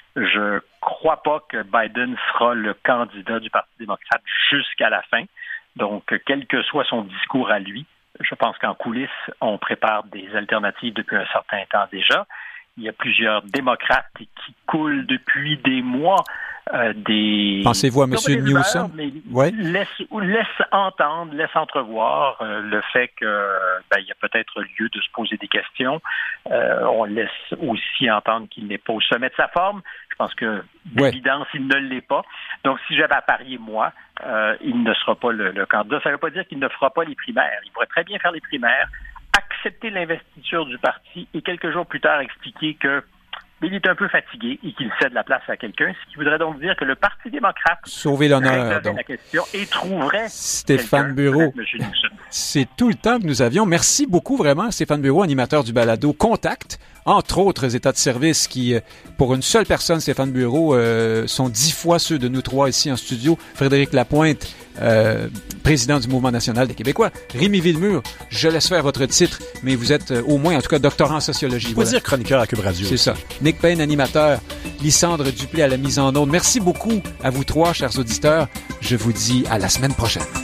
Speaker 4: Je crois pas que Biden sera le candidat du Parti démocrate jusqu'à la fin. Donc, quel que soit son discours à lui, je pense qu'en coulisses, on prépare des alternatives depuis un certain temps déjà. Il y a plusieurs démocrates qui coulent depuis des mois euh, des...
Speaker 2: Pensez-vous à M. Newsom?
Speaker 4: Ouais. Laisse, laisse entendre, laisse entrevoir euh, le fait que ben, il y a peut-être lieu de se poser des questions. Euh, on laisse aussi entendre qu'il n'est pas au sommet de sa forme. Je pense que, d'évidence, ouais. il ne l'est pas. Donc, si j'avais à parier, moi, euh, il ne sera pas le, le candidat. Ça ne veut pas dire qu'il ne fera pas les primaires. Il pourrait très bien faire les primaires, accepter l'investiture du parti et quelques jours plus tard expliquer que il est un peu fatigué et qu'il cède la place à quelqu'un, ce qui voudrait donc dire que le Parti démocrate
Speaker 2: sauver l'honneur donc
Speaker 4: la question et trouverait
Speaker 2: Stéphane Bureau. C'est tout le temps que nous avions. Merci beaucoup vraiment Stéphane Bureau, animateur du balado Contact, entre autres états de service qui, pour une seule personne, Stéphane Bureau, euh, sont dix fois ceux de nous trois ici en studio. Frédéric Lapointe, euh, président du Mouvement national des Québécois. Rémi Villemur, je laisse faire votre titre, mais vous êtes euh, au moins, en tout cas, doctorant en sociologie.
Speaker 5: On peut voilà. dire chroniqueur à Cube Radio.
Speaker 2: C'est ça. Nick Payne, animateur. Lysandre Duplé à la mise en onde. Merci beaucoup à vous trois, chers auditeurs. Je vous dis à la semaine prochaine.